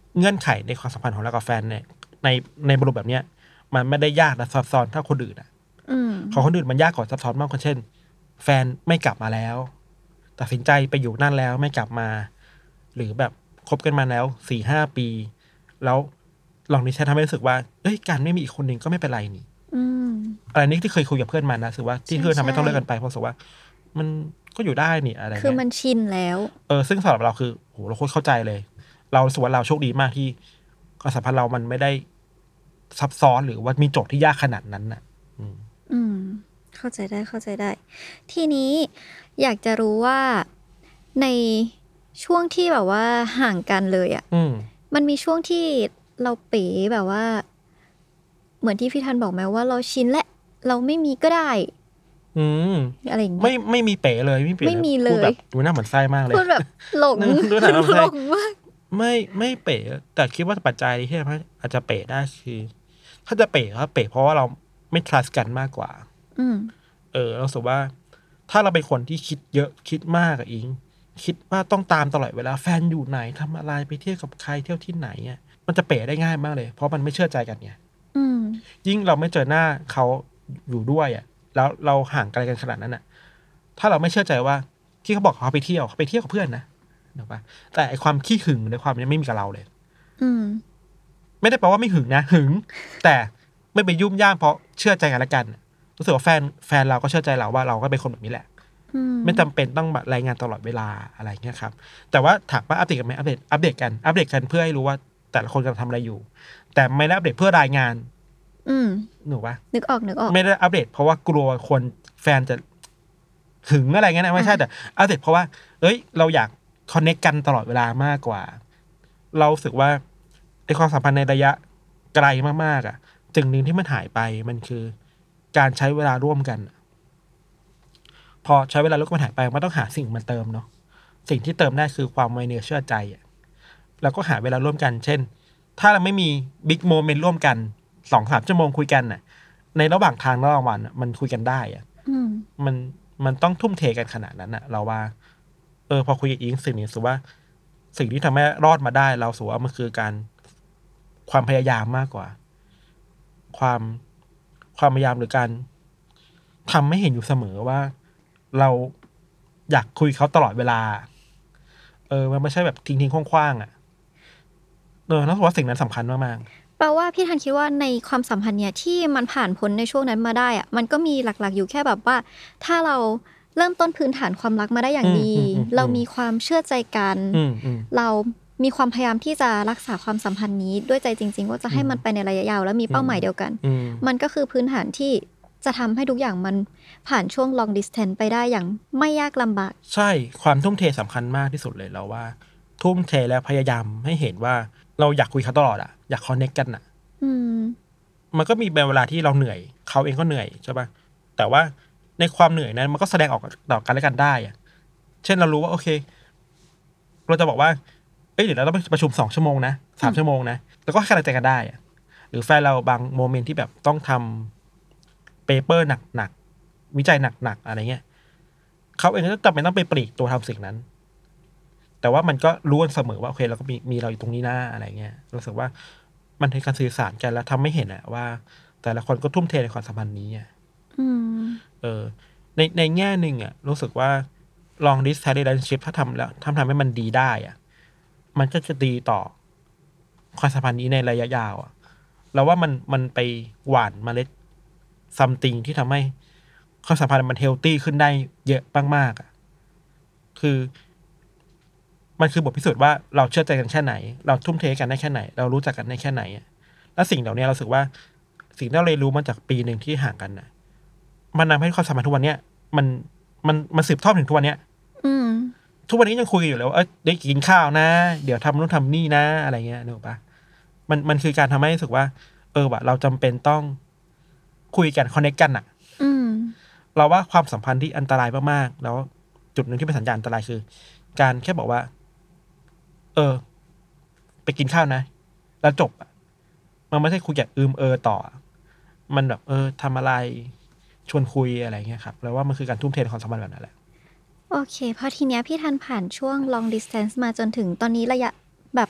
Speaker 3: เงื่อนไขในความสัมพันธ์ของเรากับแฟนเนี่ยในในบริบทแบบเนี้ยมันไม่ได้ยากและซับซ้อนเท่าคนอื่นอ่ะของคนอื่นมันยากกว่าซับซ้อนมากกว่าเช่นแฟนไม่กลับมาแล้วตัดสินใจไปอยู่นั่นแล้วไม่กลับมาหรือแบบคบกันมาแล้วสี่ห้าปีแล้วลองนี้ใช้ทำให้รู้สึกว่าเอ้ยการไม่มีอีกคนหนึ่งก็ไม่เป็นไรนี่อะไรนี้ที่เคยคุยกับเพื่อนมานะรู้สึกว่าที่เพื่อนทำให้ต้องเลิกกันไปเพราะรู้สึกว่ามันก็อยู่ได้นี่อะไร
Speaker 2: คือมันชินแล้ว
Speaker 3: เออซึ่งสำหรับเราคือโหเราโคตรเข้าใจเลยเรารู้สึกว่าเราโชคดีมากที่ความสัมพันธ์เรามันไม่ได้ซับซ้อนหรือว่ามีโจทย์ที่ยากขนาดนั้นน่ะอืม
Speaker 2: อืมเข้าใจได้เข้าใจได้ทีนี้อยากจะรู้ว่าในช่วงที่แบบว่าห่างกันเลยอ่ะมันมีช่วงที่เราเป๋แบบว่าเหมือนที่พี่ทันบอกไหมว่าเราชินและเราไม่มีก็ได้
Speaker 3: อืม
Speaker 2: อะไรอย่างเงี้ย
Speaker 3: ไม่ไม่มีเป๋เลยไม่เป๋
Speaker 2: ไม่มีเลย
Speaker 3: แบบดูหน้าเหมือนไส้มากเลย
Speaker 2: พูดแบบหลงหลงมาก
Speaker 3: ไม่ไม่เป๋แต่คิดว่าปัจจัยที่ทำให้อาจจะเป๋ได้คือถ้าจะเป๋ก็เป๋เพราะว่าเราไม่ trust กันมากกว่า
Speaker 2: อืม
Speaker 3: เออเราสึกว่าถ้าเราเป็นคนที่คิดเยอะคิดมากอะอิงคิดว่าต้องตามตลอดเวลาแฟนอยู่ไหนทำอะไรไปเที่ยวกับใครเที่ยวที่ไหนอ่ะมันจะเป๋ได้ง่ายมากเลยเพราะมันไม่เชื่อใจกันไงยิ่งเราไม่เจอหน้าเขาอยู่ด้วยอ่ะแล้วเราห่างไกลกันขนาดนั้นอ่ะถ้าเราไม่เชื่อใจว่าที่เขาบอกเขาไปเที่ยวเขาไปเที่ยวกับเพื่อนนะเห็นปะแต่ไอความขี้หึงในความนี้ไม่มีกับเราเลยไม่ได้แปลว่าไม่หึงนะหึงแต่ไม่ไปยุ่มย่ามเพราะเชื่อใจกันและกันรู้สึกว่าแฟนแฟนเราก็เชื่อใจเราว่าเราก็เป็นคนแบบนี้แหละไม่จำเป็นต้องรายงานตลอดเวลาอะไรเงี้ยครับแต่ว่าถามว่าอัปเดตกันไหมอัปเดตอัปเดตกันอัปเดตกันเพื่อให้รู้ว่าแต่ละคนกำลังทำอะไรอยู่แต่ไม่ได้อัปเดตเพื่อรายงานหนูปะ
Speaker 2: นึกออกนึกออก
Speaker 3: ไม่ได้อัปเดตเพราะว่ากลัวคนแฟนจะหึงอะไรเงี้ยนะไม่ใช่แต่อัปเดตเพราะว่าเอ้ยเราอยากคอนเนคกันตลอดเวลามากกว่าเราสึกว่าไอ้ความสัมพันธ์ในระยะไกลมากๆอ่ะจึงหนึ่งที่มันหายไปมันคือการใช้เวลาร่วมกันพอใช้เวลาร่วมกันหายไปมันต้องหาสิ่งมาเติมเนาะสิ่งที่เติมได้คือความไว้เนื้อเชื่อใจอ่ะแล้วก็หาเวลาร่วมกันเช่นถ้าเราไม่มีบิ๊กโมเมนต์ร่วมกันสองสามชั่วโมงคุยกันน่ะในระหว่างทางระหว่างวันมันคุยกันได้อ่ะมันมันต้องทุ่มเทกันขนาดนั้นอ่ะเราว่าเออพอคุยกับอิงสิ่งนี้รู้ว่าสิ่งที่ทำให้รอดมาได้เราสูว่ามันคือการความพยายามมากกว่าความความพยายามหรือการทำให้เห็นอยู่เสมอว่าเราอยากคุยเขาตลอดเวลาเออมันไม่ใช่แบบทิ้งทิ้งคว้างๆอ่ะเออแล้วว่าสิ่งนั้นสำคัญมาก
Speaker 2: ๆแปลว่าพี่ทันคิดว่าในความสัมพันธ์เนี่ยที่มันผ่านพ้นในช่วงนั้นมาได้อ่ะมันก็มีหลักๆอยู่แค่แบบว่าถ้าเราเริ่มต้นพื้นฐานความรักมาได้อย่างดีเรามีความเชื่อใจกันเรามีความพยายามที่จะรักษาความสัมพันธ์นี้ด้วยใจจริงๆว่าจะให้มันไปในระยะยาวและมีเป้าหมายเดียวกันมันก็คือพื้นฐานที่จะทำให้ทุกอย่างมันผ่านช่วง long distance ไปได้อย่างไม่ยากลำบาก
Speaker 3: ใช่ความทุ่มเทสำคัญมากที่สุดเลยเราว่าทุ่มเทและพยายามให้เห็นว่าเราอยากคุยเขาตลอดอ่ะอยากคอนเนคกันอ่ะมันก็มีเป็นเวลาที่เราเหนื่อยเขาเองก็เหนื่อยใช่ป่ะแต่ว่าในความเหนื่อยนั้นมันก็แสดงออกต่อกันและกันได้อ่ะเช่นเรารู้ว่าโอเคเราจะบอกว่าเอ้ยเดี๋ยวเราต้องไปประชุมสองชั่วโมงนะสามชั่วโมงนะแล้วก็ให้กำลังใจกันได้อ่ะหรือแฟนเราบางโมเมนต์ที่แบบต้องทำเปเปอร์หนักๆวิจัยหนักๆอะไรเงี้ยเขาเองก็จำเป็นต้องไปปลีกตัวทำสิ่งนั้นแต่ว่ามันก็รู้กันเสมอว่าโอเคเราก็มีมีเราอยู่ตรงนี้นะอะไรเงี้ยรู้สึกว่ามันเป็นการสื่อสารกันแล้วทำให้เห็นอะว่าแต่ละคนก็ทุ่มเทในความสัมพันธ์นี้อ่ะเออในในแง่หนึ่งอ่ะรู้สึกว่า long distance relationship ถ้าทำแล้วทำทำให้มันดีได้อ่ะมันก็จะดีต่อความสัมพันธ์นี้ในระยะยาวอ่ะเราว่ามันมันไปหว่านเมล็ดซัมติงที่ทำให้ความสัมพันธ์มันเฮลตี้ขึ้นได้เยอะมากๆอ่ะคือมันคือบทพิสูจน์ว่าเราเชื่อใจกันแค่ไหนเราทุ่มเทกันได้แค่ไหนเรารู้จักกันได้แค่ไหนอ่ะแล้วสิ่งเหล่านี้เราสึกว่าสิ่งที่เราเรียนรู้มาจากปีหนึ่งที่ห่างกันน่ะมันทำให้ความสัมพันธ์ทุกวันเนี้ยมันมันมันสืบทอดถึงทุกวันเนี้ยทุกวันนี้ยังคุยอยู่เลยว่าเอ้ยได้กินข้าวนะเดี๋ยวทำนู่นทำนี่นะอะไรเงี้ยนึกออกปะมันมันคือการทำให้รู้สึกว่าเออว่ะเราจำเป็นต้องคุยกันคอนเนคกันอ่ะเราว่าความสัมพันธ์ที่อันตรายมากๆแล้วจุดหนึ่งที่เป็นสัญญาณอันตรายคือการแค่บอกว่าเออไปกินข้าวนะแล้วจบอ่ะมันไม่ใช่คุยอย่างอืมเออต่อมันแบบเออทำอะไรชวนคุยอะไรเงี้ยครับแล้วว่ามันคือการทุ่มเทในความสัมพันธ์แบบนั้นแหละ
Speaker 2: โอเคพอทีเนี้ยพี่ทันผ่านช่วง long distance มาจนถึงตอนนี้ระยะแบบ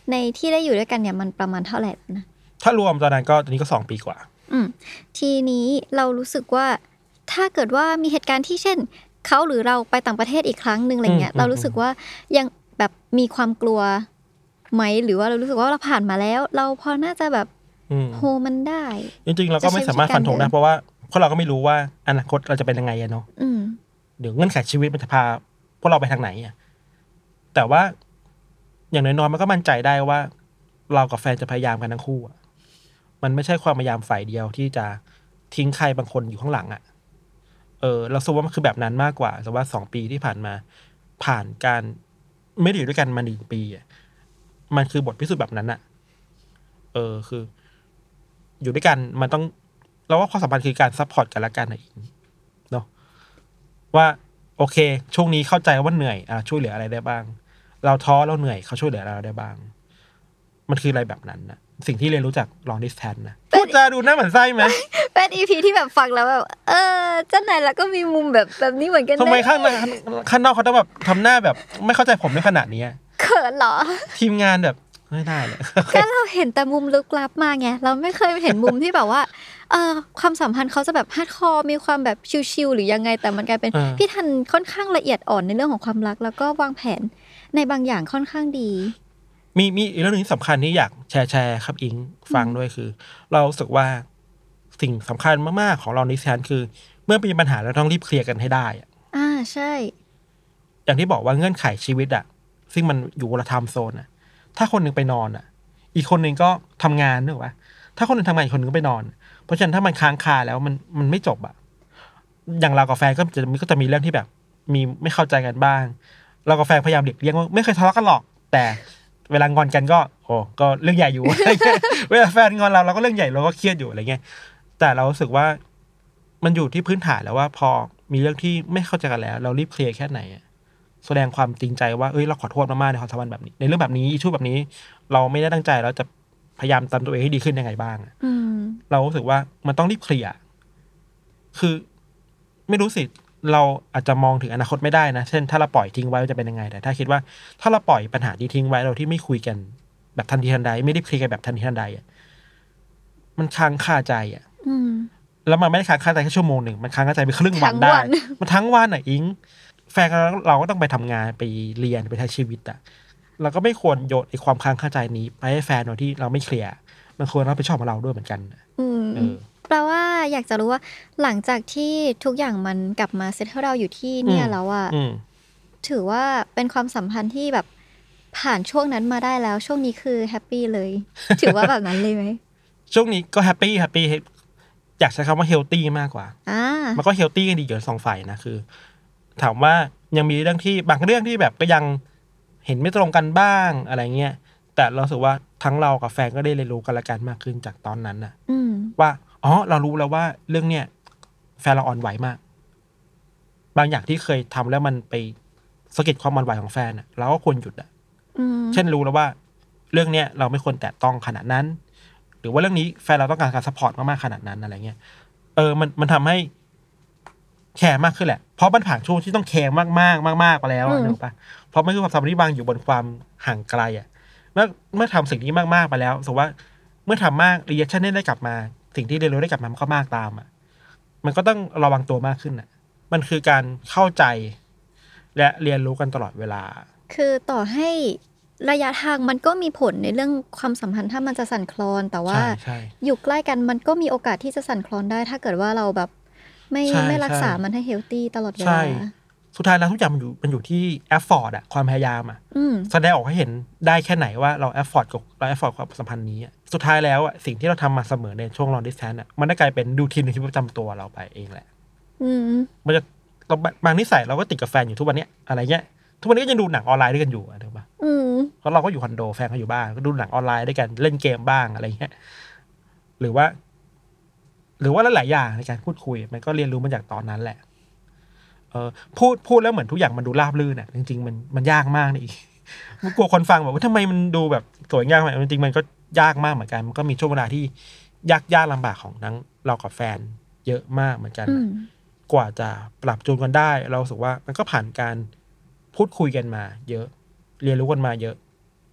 Speaker 2: ในที่ได้อยู่ด้วยกันเนี่ยมันประมาณเท่าไหร่นะ
Speaker 3: ถ้ารวมตอนนั้นก็ตอนนี้ก็สองปีกว่า
Speaker 2: อืมทีนี้เรารู้สึกว่าถ้าเกิดว่ามีเหตุการณ์ที่เช่นเขาหรือเราไปต่างประเทศอีกครั้งนึงอะไรเงี้ยเรารู้สึกว่ายังแบบมีความกลัวไหมหรือว่าเรารู้สึกว่าเราผ่านมาแล้วเราพอน่าจะแบบโฮมันได้
Speaker 3: จริงๆเราก็ไม่สามารถฟันธงได้เพราะว่าเพราะเราก็ไม่รู้ว่าอนาคตเราจะเป็นยังไงอะเนาะเดี๋ยวเงื่อนไขชีวิตมันจะพาพวกเราไปทางไหนอะแต่ว่าอย่างน้อยๆมันก็มั่นใจได้ว่าเรากับแฟนจะพยายามกันทั้งคู่อะมันไม่ใช่ความพยายามฝ่ายเดียวที่จะทิ้งใครบางคนอยู่ข้างหลังอะเออเราคิดว่ามันคือแบบนั้นมากกว่าแต่ว่าสองปีที่ผ่านมาผ่านการไม่ได้อยู่ด้วยกันมาหนึ่งปีอะมันคือบทพิสูจน์แบบนั้นอะเออคืออยู่ด้วยกันมันต้องเราว่าความสัมพันธ์คือการซัพพอร์ตกันและกันนะอีกเนาะว่าโอเคช่วงนี้เข้าใจว่าเหนื่อยอ่ะช่วยเหลืออะไรได้บ้างเราท้อเราเหนื่อยเขาช่วยเหลือเราได้บ้างมันคืออะไรแบบนั้นนะสิ่งที่เรียนรู้จาก long distance นะพูดจาดูน่าเหมือนไส้ไหม
Speaker 2: เป็น อี พี ที่แบบฟังแล้วแบบเออเจ้านายแล้วก็มีมุมแบบแบบนี้เหมือนกัน
Speaker 3: ทำไมข้างในข้างนอกเขาต้องแบบทำหน้าแบบไม่เข้าใจผมในขนาดนี้
Speaker 2: เขินเหรอ
Speaker 3: ทีมงานแบบไม่ได้เลย
Speaker 2: ก็เราเห็นแต่มุมลึกลับมาไงเราไม่เคยเห็นมุมที่แบบว่าเออความสัมพันธ์เขาจะแบบฮาร์ดคอร์มีความแบบชิลๆหรือยังไงแต่มันกลายเป็นพี่ทันค่อนข้างละเอียดอ่อนในเรื่องของความรักแล้วก็วางแผนในบางอย่างค่อนข้างดี
Speaker 3: มีมีอีกเรื่องนึงที่สำคัญที่อยากแชร์แชร์ครับอิงฟังด้วยคือเรารู้สึกว่าสิ่งสำคัญมากๆของเราในแทนคือเมื่อมีปัญหาเราต้องรีบเคลียร์กันให้ได้
Speaker 2: อ่าใช่
Speaker 3: อย่างที่บอกว่าเงื่อนไขชีวิตอะซึ่งมันอยู่คนละไทม์โซนอะถ้าคนนึงไปนอนอะอีกคนนึงก็ทำงานนึกว่าถ้าคนนึงทำงานอีกคนนึงก็ไปนอนเพราะฉะนั้นถ้ามันค้างคาแล้วมันมันไม่จบอะอย่างเรากับแฟนก็จะก็จะมีเรื่องที่แบบมีไม่เข้าใจกันบ้างเรากับแฟนพยายามหลีกเลี่ยงว่าไม่เคยทะเลาะกันหรอกแต่เวลางอนกันก็โอ้ก็เรื่องใหญ่อยู่อะไรเงี้ยเวลาแฟนงอนเราเราก็เรื่องใหญ่เราก็เครียดอยู่อะไรเงี้ยแต่เรารู้สึกว่ามันอยู่ที่พื้นฐานแล้วว่าพอมีเรื่องที่ไม่เข้าใจกันแล้วเรารีบเคลียร์แค่ไหนแสดงความจริงใจว่าเอ้ยเราขอโทษมากๆในความสัมพันธ์แบบนี้ในเรื่องแบบนี้ช่วแบบนี้เราไม่ได้ตั้งใจเราจะพยายามทำตัวเองให้ดีขึ้นยังไงบ้างเรารู้สึกว่ามันต้องรีบเคลียร์คือไม่รู้สิเราอาจจะมองถึงอนาคตไม่ได้นะเช่นถ้าเราปล่อยทิ้งไว้จะเป็นยังไงแต่ถ้าคิดว่าถ้าเราปล่อยปัญหาที่ทิ้งไว้เราที่ไม่คุยกันแบบทันทีทันใดไม่ได้เคลียร์กันแบบทันทีทันใดอ่ะมันค้างคาใจอ่ะแล้วมันไม่ได้ค้างคาใจแค่ชั่วโมงหนึ่งมันค้างคาใจไปครึ่งวันได้มันทั้งวันอ่ะอิงแฟนเราก็ต้องไปทำงานไปเรียนไปใช้ชีวิตอ่ะเราก็ไม่ควรโยนไอ้ความค้างคาใจนี้ไปให้แฟนโดยที่เราไม่เคลียร์มันควรรับผิดชอบของเราด้วยเหมือนกัน
Speaker 2: เออแปลว่าอยากจะรู้ว่าหลังจากที่ทุกอย่างมันกลับมาเซ็ตให้เราอยู่ที่เนี่ยแล้วอ่ะถือว่าเป็นความสัมพันธ์ที่แบบผ่านช่วงนั้นมาได้แล้วช่วงนี้คือแฮปปี้เลยถือว่าแบบนั้นเลยไหม
Speaker 3: ช่วงนี้ก็แฮปปี้แฮปปี้อยากใช้คำว่าเฮลตี้มากกว่ามันก็เฮลตี้กันดีอยู่สองฝ่ายนะคือถามว่ายังมีเรื่องที่บางเรื่องที่แบบก็ยังเห็นไม่ตรงกันบ้างอะไรเงี้ยแต่เราสึกว่าทั้งเรากับแฟนก็ได้เรียนรู้กันละกันมากขึ้นจากตอนนั้นน่ะว่าอ๋อเรารู้แล้วว่าเรื่องเนี้ยแฟนเราอ่อนไหวมากบางอย่างที่เคยทำแล้วมันไปสะกิดความอ่อนไหวของแฟนอ่ะเราก็ควรหยุดอ่ะเช่นรู้แล้วว่าเรื่องเนี้ยเราไม่ควรแตะต้องขนาดนั้นหรือว่าเรื่องนี้แฟนเราต้องการการซัพพอร์ตมากๆขนาดนั้นอะไรเงี้ยเออมันมันทำให้แคร์มากขึ้นแหละเพราะมันผ่านช่วงที่ต้องแคร์มากๆมากๆไปแล้วนึกป่ะเพราะไม่คือความสัมพันธ์ที่วางอยู่บนความห่างไกลอ่ะเมื่อเมื่อทำสิ่งนี้มากๆไปแล้วสมมติว่าเมื่อทำมากรีแอคชั่นได้กลับมาสิ่งที่เรียนรู้ได้กลับมามันก็มากตามอ่ะมันก็ต้องระวังตัวมากขึ้นอ่ะมันคือการเข้าใจและเรียนรู้กันตลอดเวลา
Speaker 2: คือต่อให้ระยะทางมันก็มีผลในเรื่องความสัมพันธ์ถ้ามันจะสั่นคลอนแต่ว่าอยู่ใกล้กันมันก็มีโอกาสที่จะสั่นคลอนได้ถ้าเกิดว่าเราแบบไม่ไม่รักษามันให้เฮลตี้ตลอดเวลา
Speaker 3: สุดท้ายแล้วทุกอย่างมันอยู่มันอยู่ที่แอฟฟอร์ดอะความพยายามอะแสดงออกให้เห็นได้แค่ไหนว่าเราแอฟฟอร์ดกับเราแอฟฟอร์ดความสัมพันธ์นี้สุดท้ายแล้วอะสิ่งที่เราทำมาเสมอในช่วง long distance อะมันได้กลายเป็นรูทีนในชีวิตประจำตัวเราไปเองแหละมันจะเราบางนิสัยเราก็ติดกับแฟนอยู่ทุกวันนี้อะไรเงี้ยทุกวันนี้ก็ยังดูหนังออนไลน์ด้วยกันอยู่ถูกป่ะเพราะเราก็อยู่คอนโดแฟนเขาอยู่บ้านก็ดูหนังออนไลน์ด้วยกันเล่นเกมบ้างอะไรเงี้ยหรือว่าหรือว่าหลายๆอย่างในการพูดคุยมันก็เรียนรู้มาจากตอนนั้นแหละเออพูดพูดแล้วเหมือนทุกอย่างมันดูราบรื่นอ่ะจริงๆมันมันยากมากนี่กลัวคนฟังแบบว่าทำไมมันดูแบบสวยงามอ่ะจริงๆมันก็ยากมากเหมือนกันมันก็มีช่วงเวลาที่ยากยากลำบากของทั้งเรากับแฟนเยอะมากเหมือนกันกว่าจะปรับจูนกันได้เราสึกว่ามันก็ผ่านการพูดคุยกันมาเยอะเรียนรู้กันมาเยอะ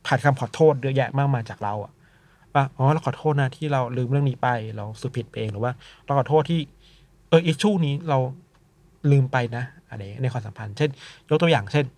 Speaker 3: ผ่านคำขอโทษเยอะแยะมากมายจากเราอะว่าอ๋อเราขอโทษนะที่เราลืมเรื่องนี้ไปเราสึกผิดไปเองหรือว่าเราขอโทษที่เอออิชชูนี้เราลืมไปนะอะไรในความสัมพันธ์เช่นยกตัวอย่างเช่น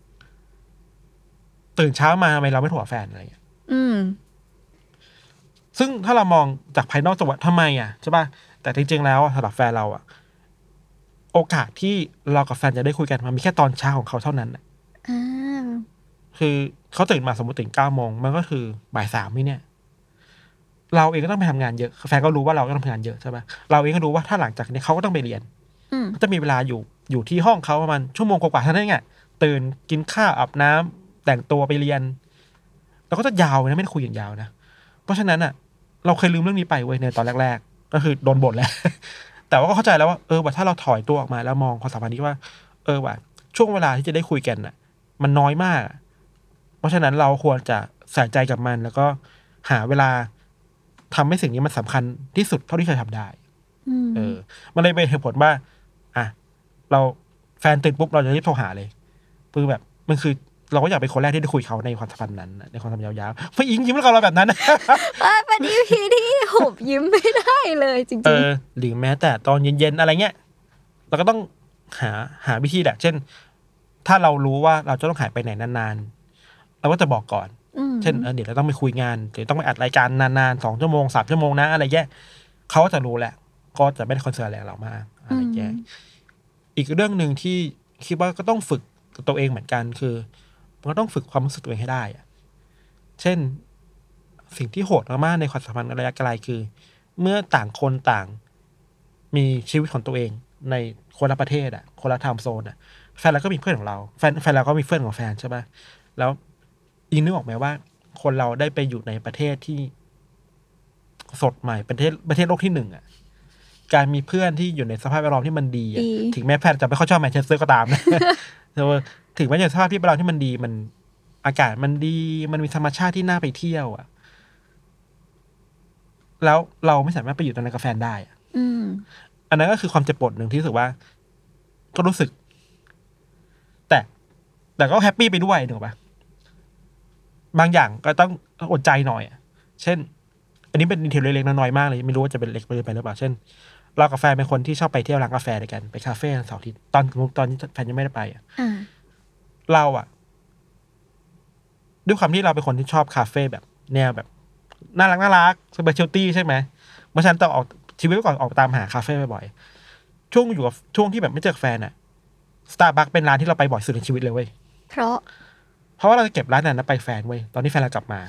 Speaker 3: ตื่นเช้ามาทำไมเราไม่โทรหาแฟนอะไรอย่างเงี้ย
Speaker 2: อืม
Speaker 3: ซึ่งถ้าเรามองจากภายนอกจังหวะทำไมอ่ะใช่ป่ะแต่จริงๆแล้วสำหรับแฟนเราอ่ะโอกาสที่เรากับแฟนจะได้คุยกันมันมีแค่ตอนเช้าของเขาเท่านั้นน่ะ
Speaker 2: อ่า
Speaker 3: คือเขาตื่นมาสมมติตื่นเก้าโมงมันก็คือบ่ายสามนี่เนี่ยเราเองก็ต้องไปทำงานเยอะแฟนก็รู้ว่าเราก็ต้องทำงานเยอะใช่ป่ะเราเองก็รู้ว่าถ้าหลังจากนี้เขาก็ต้องไปเรียน
Speaker 2: อืม
Speaker 3: ก็จะมีเวลาอยู่อยู่ที่ห้องเขาประมาณชั่วโมงกว่าๆเท่านั้นเองอ่ะตื่นกินข้าวอาบน้ำแต่งตัวไปเรียนเราก็จะยาวนะไม่ได้คุยกันยาวนะเพราะฉะนั้นอ่ะ เราเคยลืมเรื่องนี้ไปเว้ยในตอนแรกๆก็คือโดนบ่นแล้ว แต่ว่าก็เข้าใจแล้วว่าเออว่าถ้าเราถอยตัวออกมาแล้วมองความสัมพันธ์นี้ว่าเออว่าช่วงเวลาที่จะได้คุยกันน่ะ มันน้อยมาก เพราะฉะนั้นเราควรจะใส่ใจกับมัน แล้วก็หาเวลาทำให้สิ่งนี้มันสำคัญที่สุดเท่าที่เคยทำได้
Speaker 2: อืม
Speaker 3: เออ มันเลยเป็นเหตุผลว่าอ่ะเราแฟนตื่นปุ๊บเราจะรีบโทรหาเลยคือแบบมันคือเราก็อยากเป็นคนแรกที่ได้คุยเขาในความสัมพันธ์นั้นในความสัมพันธ์ยาวๆไม่อิงยิ้มกับเราแบบนั้น
Speaker 2: เอ้ยเป็นอีพีที่หุบยิ้มไม่ได้เลยจ
Speaker 3: เอ
Speaker 2: ริง
Speaker 3: อหรือแม้แต่ตอนเย็นๆอะไรเงี้ยเราก็ต้องหาหาวิธีแหละเช่น ถ้าเรารู้ว่าเราจะต้องหายไปไหนนานๆเราก็จะบอกก่อน
Speaker 2: ๆอืม
Speaker 3: เช่นเออเดี๋ยวเราต้องไปคุยงานหรือต้องไปอัดรายการนานๆสองชั่วโมงสามชั่วโมงนะอะไรเงี้ยเขาก็จะรู้แหละ ก็จะไม่ได้คอนเซิร์นอะไรเรามากอะไรเงี้ยอีกเรื่องหนึ่งที่คิดว่าก็ต้องฝึกกับตัวเองเหมือนกันคือมันก็ต้องฝึกความรู้สึกตัวเองให้ได้อะเช่นสิ่งที่โหดมากๆในความสัมพันธ์ระยะไกลคือ เมื่อต่างคนต่างมีชีวิตของตัวเองในคนละประเทศอ่ะคนละไทม์โซนอ่ะแฟนเราก็มีเพื่อนของเราแฟนแฟนเราก็มีเพื่อนของแฟนใช่ไหมแล้วอิงนึกออกไหมว่า คนเราได้ไปอยู่ในประเทศที่สดใหม่ประเทศประเทศโลกที่หนึ่งอ่ะการมีเพื่อนที่อยู่ในสภาพแวดล้อมที่มันดีอ่ะถึงแม้แฟนจะไม่ค่อยชอบแมนเชสเตอร์ก็ตามนะ แต่ว่าถึงแม้จะสภาพที่แวดล้อมที่มันดีมันอากาศมันดีมันมีธรรมชาติที่น่าไปเที่ยวอ่ะแล้วเราไม่สามารถไปอยู่ตรงนั้นกับแฟนได้อะ
Speaker 2: อืม
Speaker 3: อันนั้นก็คือความเจ็บปวดหนึ่งที่รู้สึกว่า ก็รู้สึก แต่ แต่ก็แฮปปี้ไปด้วยถูกปะบางอย่างก็ต้องอดใจหน่อยอะเช่น อันนี้เป็นดีเทลเล็กๆน้อยๆมากเลยไม่รู้ว่าจะเป็นเล็กไปหรือเปล่าเช่นเรากับแฟนเป็นคนที่ชอบไปเที่ยวร้านกาแฟด้วยกันไปคาเฟ่เสาร์อาทิตย์ตอนตอนแฟนยังไม่ได้ไปอะ
Speaker 2: อ่า
Speaker 3: เราอะด้วยความที่เราเป็นคนที่ชอบคาเฟ่แบบแนวแบบน่ารักน่ารักสเปเชียลตี้ใช่ไหมเพราะฉะนั้นต้องออกชีวิตก่อนออกตามหาคาเฟ่บ่อยๆช่วงอยู่กับช่วงที่แบบไม่เจอแฟนอะสตาร์บัคเป็นร้านที่เราไปบ่อยสุดในชีวิตเลยเว้ย
Speaker 2: เพราะ
Speaker 3: เพราะว่าเราจะเก็บร้านนั้นไปแฟนเว้ยตอนที่แฟนเรากลับมา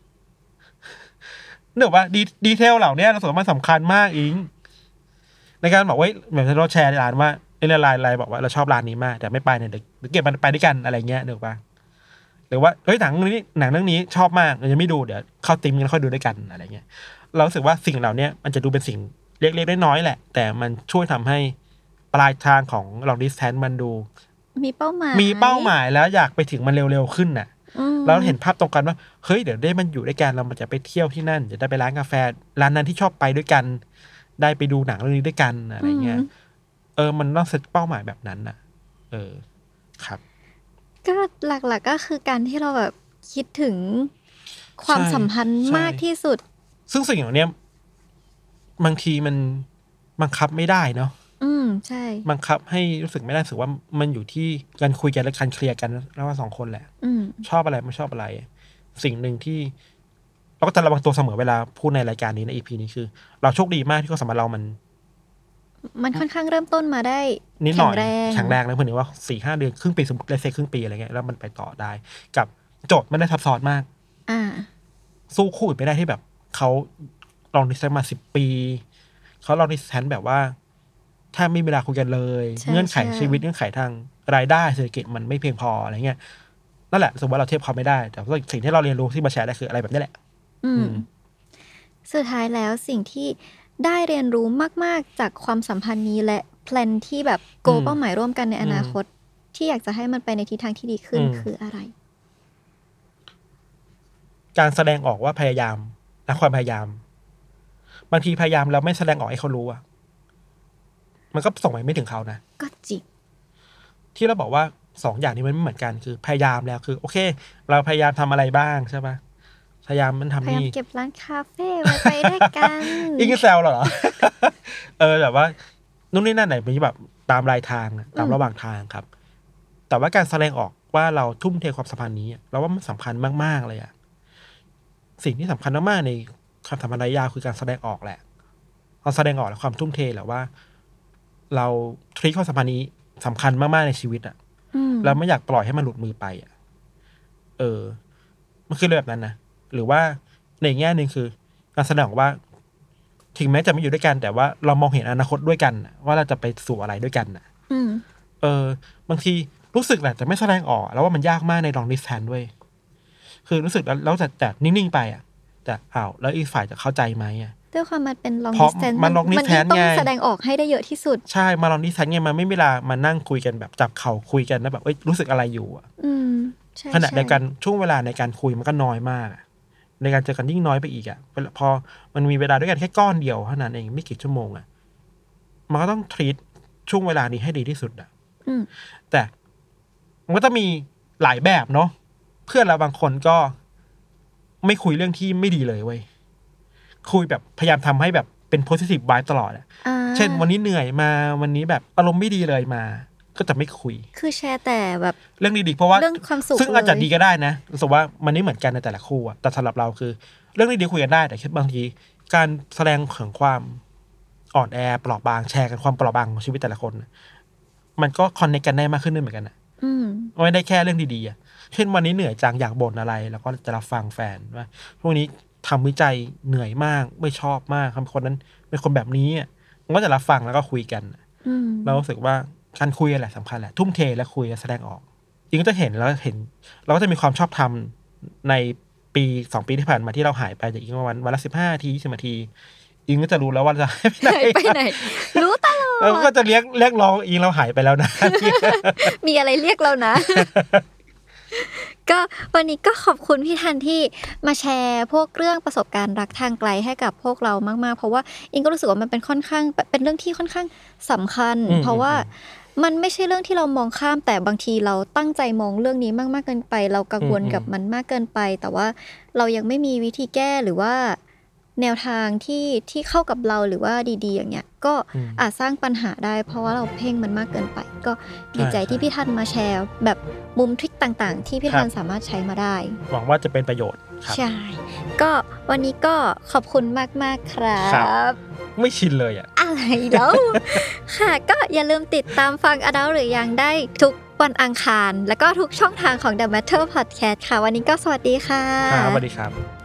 Speaker 3: เนื่องว่าดีดีเทลเหล่านี้เราสมมติมันสำคัญมากอิงในการบอกว่าเหมือนเราแชร์ร้านว่าไอ้ละลายอะไรบอกว่าเราชอบร้านนี้มากแต่ไม่ไปเนี่ยเดี๋ยวเก็บมันไปด้วยกันอะไรเงี้ยเนอะปะหรือว่าเฮ้ยหนังเรื่องนี้หนังเรื่องนี้ชอบมากเรายังไม่ดูเดี๋ยวเข้าติมกันค่อยดูด้วยกันอะไรเงี้ยเรารู้สึกว่าสิ่งเหล่านี้มันจะดูเป็นสิ่งเล็กๆน้อยๆแหละแต่มันช่วยทำให้ปลายทางของลองดิสแทนมันดู
Speaker 2: มีเป้าหมาย
Speaker 3: มีเป้าหมายแล้วอยากไปถึงมันเร็วๆขึ้นน่ะ
Speaker 2: อืม
Speaker 3: แล้วเห็นภาพตรงกันว่าเฮ้ยเดี๋ยวได้มันอยู่ด้วยกันเรามันจะไปเที่ยวที่นั่นจะได้ไปร้านกาแฟร้านนั้นที่ชอบไปด้วยกัน ได้ไปดูหนังเรื่องนี้ด้วยกันอะไรเงี้ยเออมันต้องเซตเป้าหมายแบบนั้นน่ะ เออครับ
Speaker 2: ก็หลักๆก็คือการที่เราแบบคิดถึงความ
Speaker 3: ใช่
Speaker 2: สัมพันธ์
Speaker 3: ใช่
Speaker 2: มากที่สุด
Speaker 3: ซึ่งสิ่งเหล่านี้บางทีมันบังคับไม่ได้เนาะ
Speaker 2: อืมใช่
Speaker 3: บังคับให้รู้สึกไม่ได้รู้สึกว่ามันอยู่ที่การคุยกันและการเคลียร์กันระหว่างสองคนแหละ
Speaker 2: อืม
Speaker 3: ชอบอะไรไม่ชอบอะไร สิ่งหนึ่งที่เราก็จะระวังตัวเสมอเวลาพูดในรายการนี้ในอีพีนี้คือ เราโชคดีมากที่ความสัมพันธ์เรามัน
Speaker 2: มันค่อนข้างเริ่มต้นมาได้
Speaker 3: นิดหน่อย
Speaker 2: แข็งแรง
Speaker 3: แข็งแรงนะเพื่อนว่าสี่ห้าเดือนครึ่งปีสมมติเลเซครึ่งปีอะไรเงี้ยแล้วมันไปต่อได้ กับโจทย์ไม่ได้ซับซ้อนมาก
Speaker 2: อ่า
Speaker 3: สู้คู่อื่นไม่ได้ที่แบบเขาลองดิสแทนมาสิบปีเขาลองดิสแทนแบบว่าแทบไม่มีเวลาคุยกันเลย
Speaker 2: ใช่
Speaker 3: เงื่อนไข
Speaker 2: ใช่
Speaker 3: ชีวิตเงื่อนไขทางรายได้เศรษฐกิจมันไม่เพียงพออะไรเงี้ยนั่นแหละสมมติว่าเราเทียบเขาไม่ได้ แต่ว่าสิ่งที่เราเรียนรู้ที่มาแชร์ได้คืออะไรแบบนี้แหละ
Speaker 2: อื
Speaker 3: อื
Speaker 2: ม
Speaker 3: ม
Speaker 2: สุดท้ายแล้วสิ่งที่ได้เรียนรู้มากๆจากความสัมพันธ์นี้และแพลนที่แบบโก
Speaker 3: อืม
Speaker 2: เป้าหมายร่วมกันในอนาคต ที่อยากจะให้มันไปในทิศทางที่ดีขึ้น
Speaker 3: อืม
Speaker 2: คืออะไร
Speaker 3: การแสดงออกว่าพยายามและความพยายาม บางทีพยายามแล้วไม่แสดงออกให้เขารู้อะมันก็ส่งไปไม่ถึงเขานะ
Speaker 2: ก็จริง
Speaker 3: ที่เราบอกว่าสองอย่างนี้มันไม่เหมือนกันคือพยายามแล้วคือโอเคเราพยายามทำอะไรบ้างใช่ปะพยายามมันทำ
Speaker 2: พยายาม
Speaker 3: นี่
Speaker 2: เก็บร้านคาเฟ่ไว้ไปด้วยกัน
Speaker 3: อิงแซวเหรอ เออแบบว่านู่นนี่นั่นไหนเป็นแบบตามรายทางตามระหว่างทางครับแต่ว่าการแสดงออกว่าเราทุ่มเทความสัมพันธ์นี้เราว่ามันสำคัญมากๆเลยอะสิ่งที่สำคัญมากๆในความสัมพันธ์ระยะยาวคือการแสดงออกแหละเราแสดงออกและความทุ่มเทแหละว่า เราทรีตความสัมพันธ์นี้สำคัญมากๆในชีวิตอะเราไม่อยากปล่อยให้มันหลุดมือไปอะเออมันคือเรื่องแบบนั้นนะหรือว่าในแง่หนึ่งคือการแสดงออกว่าถึงแม้จะไม่อยู่ด้วยกันแต่ว่าเรามองเห็นอนาคตด้วยกันว่าเราจะไปสู่อะไรด้วยกันน่ะเออบางทีรู้สึกแหละแต่ไม่แสดงออกแล้วว่ามันยากมากใน long distance ด้วยคือรู้สึกแล้วแล้วแต่แต่นิ่งๆไปอ่ะแต่อ้าวแล้วอีกฝ่ายจะเข้าใจไหมอ่ะ
Speaker 2: ด้วยความมันเป็น long
Speaker 3: เพราะ
Speaker 2: distance
Speaker 3: มัน long
Speaker 2: มัน
Speaker 3: distance
Speaker 2: ต้อง
Speaker 3: ไง
Speaker 2: แสดงออกให้ได้เยอะที่สุด
Speaker 3: ใช่มา long distance ไงมันไม่มีเวลามานั่งคุยกันแบบจับเข่าคุยกันแล้วแบบเอ้ยรู้สึกอะไรอยู่อ่ะ
Speaker 2: อืมใช่
Speaker 3: ขณะเดียวกันช่วงเวลาในการคุยมันก็น้อยมากอะในการเจอกันยิ่งน้อยไปอีกอ่ะพอมันมีเวลาด้วยกันแค่ก้อนเดียวเท่านั้นเองไม่กี่ชั่วโมงอ่ะมันก็ต้องทรีตช่วงเวลานี้ให้ดีที่สุดอ่ะแต่มันก็จะมีหลายแบบเนาะเพื่อนเราบางคนก็ไม่คุยเรื่องที่ไม่ดีเลยเว้ยคุยแบบพยายามทำให้แบบเป็น positive vibe ตลอดอ่ะเช่นวันนี้เหนื่อยมาวันนี้แบบอารมณ์ไม่ดีเลยมาก็จะไม่คุย
Speaker 2: คือแชร์แต่แบบ
Speaker 3: เรื่องดีๆเพราะว่า
Speaker 2: เรื่องความสุข
Speaker 3: ซึ่งอาจจะดีก็ได้นะรู้สึกว่ามันไม่เหมือนกันในแต่ละคู่อะแต่สำหรับเราคือเรื่องดีๆคุยกันได้แต่คิดบางทีการแสดงของความอ่อนแอเปราะบางแชร์กันความเปราะบางของชีวิตแต่ละคนมันก็คอนเนคกันได้มากขึ้นด้วยเหมือนกันนะไม่ได้แค่เรื่องดีๆอะเช่นวันนี้เหนื่อยจังอยากบ่นอะไรแล้วก็จะรับฟังแฟนว่าพวกนี้ทำวิจัยเหนื่อยมากไม่ชอบมากทำคนนั้นเป็นคนแบบนี้มันก็จะรับฟังแล้วก็คุยกันเรารู้สึกว่าการคุยแหละสำคัญแหละทุ่มเทและคุยและแสดงออกจริงก็จะเห็นแล้วเห็นเราก็จะมีความชอบธรรมในปีสองปีที่ผ่านมาที่เราหายไปจากอีกวันวันละสิบห้านาทียี่สิบนาทีอิงก็จะรู้แล้วว่าจะหายไปไหน
Speaker 2: ไปไหนรู้ตลอด
Speaker 3: เราก็จะเรียกเรียกร้องอิงเราหายไปแล้วนะ
Speaker 2: มีอะไรเรียกเรานะ ก็วันนี้ก็ขอบคุณพี่ทันที่มาแชร์พวกเรื่องประสบการณ์รักทางไกลให้กับพวกเรามากๆเพราะว่าอิงก็รู้สึกว่ามันเป็นค่อนข้างเป็นเรื่องที่ค่อนข้างสำคัญเพราะว่ามันไม่ใช่เรื่องที่เรามองข้ามแต่บางทีเราตั้งใจมองเรื่องนี้มากมากเกินไปเรากังวลกับมันมากเกินไปแต่ว่าเรายังไม่มีวิธีแก้หรือว่าแนวทางที่ที่เข้ากับเราหรือว่าดีๆอย่างเงี้ยก็อาจสร้างปัญหาได้เพราะว่าเราเพ่งมันมากเกินไปก็ดีใจที่พี่ทันมาแชร์แบบมุมทริคต่างๆที่พี่ทันสามารถใช้มาได้
Speaker 3: หวังว่าจะเป็นประโยชน์ครับ
Speaker 2: ใช่ก็วันนี้ก็ขอบคุณมากๆครับ
Speaker 3: ไม่ชินเลยอ่ะ
Speaker 2: อะไรแล้ว ค่ะก็อย่าลืมติดตามฟัง Adult หรือยังได้ทุกวันอังคารแล้วก็ทุกช่องทางของ The Matter Podcast ค่ะวันนี้ก็สวัสดีค่ะ
Speaker 3: สวัสดีครับ